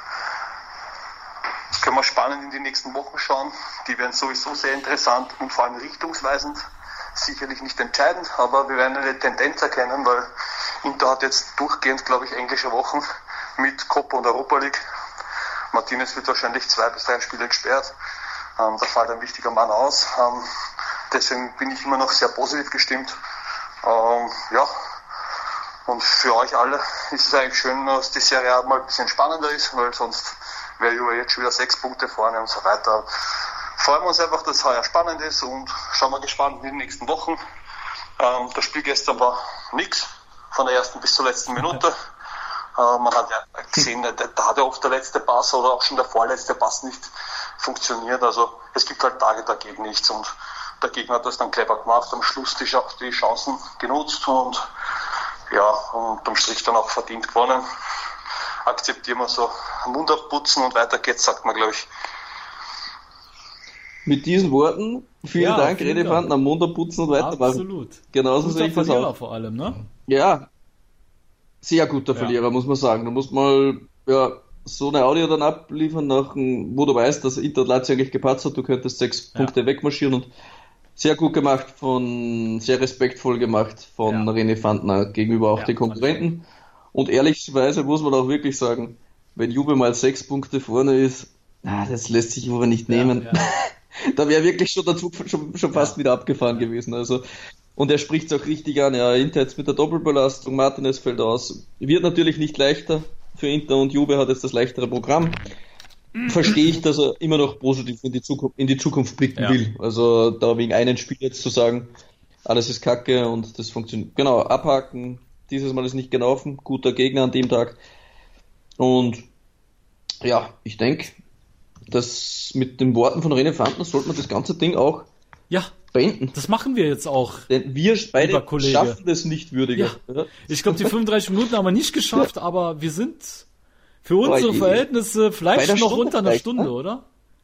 das können wir spannend in die nächsten Wochen schauen. Die werden sowieso sehr interessant und vor allem richtungsweisend. Sicherlich nicht entscheidend, aber wir werden eine Tendenz erkennen, weil Inter hat jetzt durchgehend, glaube ich, englische Wochen mit Copa und Europa League. Martinez wird wahrscheinlich zwei bis drei Spiele gesperrt. Ähm, da fällt ein wichtiger Mann aus. Ähm, deswegen bin ich immer noch sehr positiv gestimmt. Ähm, ja, und für euch alle ist es eigentlich schön, dass die Serie A mal ein bisschen spannender ist, weil sonst wäre Juve jetzt schon wieder sechs Punkte vorne und so weiter. Freuen wir uns einfach, dass es heuer spannend ist und schauen wir gespannt in den nächsten Wochen. Ähm, das Spiel gestern war nix, von der ersten bis zur letzten Minute. Äh, man hat ja gesehen, da, da hat ja oft der letzte Pass oder auch schon der vorletzte Pass nicht funktioniert. Also es gibt halt Tage, da geht nichts und der Gegner hat das dann clever gemacht, am Schluss die, die Chancen genutzt und ja, unterm Strich dann auch verdient gewonnen. Akzeptieren wir so, Mund aufputzen und weiter geht's, sagt man, glaube ich. Mit diesen Worten, vielen ja, Dank, vielen René Fandner, am Mund aufputzen und weitermachen. Absolut. Genauso sehe ich das auch. Vor allem, ne? Ja, sehr guter Verlierer, ja. muss man sagen. Du musst mal ja, so eine Audio dann abliefern, nach, wo du weißt, dass Inter Lazio eigentlich gepatzt hat, du könntest sechs ja. Punkte wegmarschieren und sehr gut gemacht, von sehr respektvoll gemacht von ja. René Fandner gegenüber auch ja, den Konkurrenten. Und ehrlicherweise muss man auch wirklich sagen, wenn Juve mal sechs Punkte vorne ist, ah, das lässt sich Juve nicht nehmen. Ja, ja. Da wäre wirklich schon der Zug schon, schon fast ja. wieder abgefahren gewesen. Also, und er spricht es auch richtig an. Ja, Inter jetzt mit der Doppelbelastung, Martinez fällt aus. Wird natürlich nicht leichter für Inter und Juve hat jetzt das leichtere Programm. Verstehe ich, dass er immer noch positiv in die Zukunft, in die Zukunft blicken ja. will. Also da wegen einem Spiel jetzt zu sagen, alles ist Kacke und das funktioniert. Genau, abhaken. Dieses Mal ist nicht gelaufen. Guter Gegner an dem Tag. Und ja, ich denke, das mit den Worten von René Fandner sollte man das ganze Ding auch ja, beenden. Das machen wir jetzt auch. Denn wir beide schaffen das nicht würdiger. Ja. Ich glaube, die fünfunddreißig Minuten haben wir nicht geschafft, ja. aber wir sind für unsere Boah, Verhältnisse vielleicht noch Stunde unter einer Stunde, ne? Oder?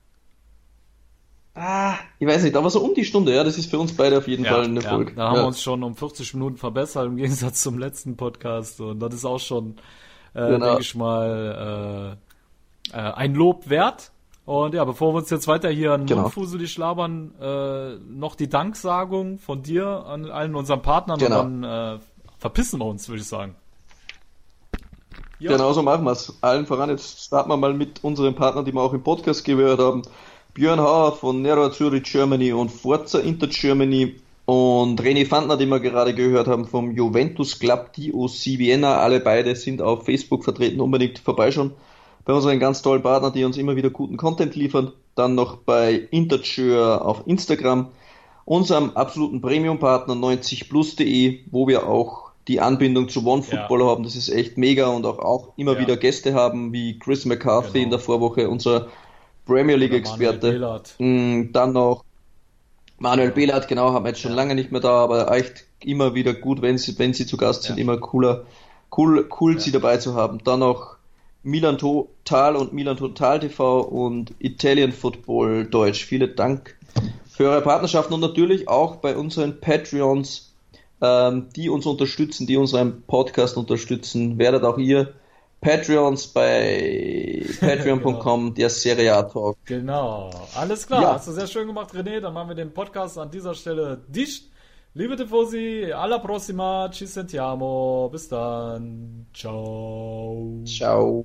Ah, ich weiß nicht, aber so um die Stunde, ja, das ist für uns beide auf jeden ja, Fall ein Erfolg. Ja, da haben ja. wir uns schon um vierzig Minuten verbessert im Gegensatz zum letzten Podcast und das ist auch schon, äh, genau. denke ich mal, äh, äh, ein Lob wert. Und ja, bevor wir uns jetzt weiter hier an genau. Mundfuseli schlabern, äh, noch die Danksagung von dir an allen unseren Partnern genau. und dann äh, verpissen wir uns, würde ich sagen. Ja. Genau so machen wir es. Allen voran, jetzt starten wir mal mit unseren Partnern, die wir auch im Podcast gehört haben. Björn Hauer von Nero Zürich Germany und Forza Inter Germany und René Fandner, den wir gerade gehört haben vom Juventus Club D O C Vienna. Alle beide sind auf Facebook vertreten, unbedingt vorbeischauen bei unseren ganz tollen Partnern, die uns immer wieder guten Content liefern. Dann noch bei Integer auf Instagram, unserem absoluten Premium-Partner neunzig plus punkt de, wo wir auch die Anbindung zu OneFootball ja. haben. Das ist echt mega und auch, auch immer ja. wieder Gäste haben, wie Chris McCarthy genau. in der Vorwoche, unser Premier League-Experte. Dann noch Manuel Behlert, genau, haben wir jetzt schon ja. lange nicht mehr da, aber echt immer wieder gut, wenn sie, wenn sie zu Gast sind, ja. immer cooler, cool, cool ja. sie dabei zu haben. Dann noch Milan Total und Milan Total T V und Italian Football Deutsch. Vielen Dank für eure Partnerschaften und natürlich auch bei unseren Patreons, ähm, die uns unterstützen, die unseren Podcast unterstützen. Werdet auch ihr Patreons bei patreon punkt com, genau. der Serie A Talk. Genau, alles klar. Ja. Hast du sehr schön gemacht, René. Dann machen wir den Podcast an dieser Stelle dicht. Liebe Tifosi, alla prossima, ci sentiamo. Bis dann. Ciao. Ciao.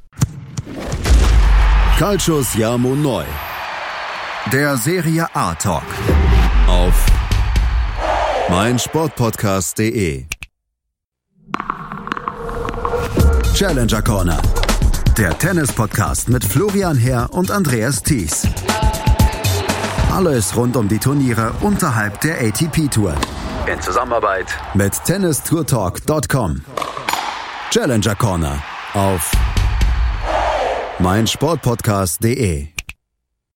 Calcio Siamo Neu. Der Serie A Talk. Auf meinsportpodcast punkt de. Challenger Corner. Der Tennis-Podcast mit Florian Herr und Andreas Thies. Alles rund um die Turniere unterhalb der A T P-Tour. In Zusammenarbeit mit tennis tour talk punkt com. Challenger Corner auf meinsportpodcast punkt de.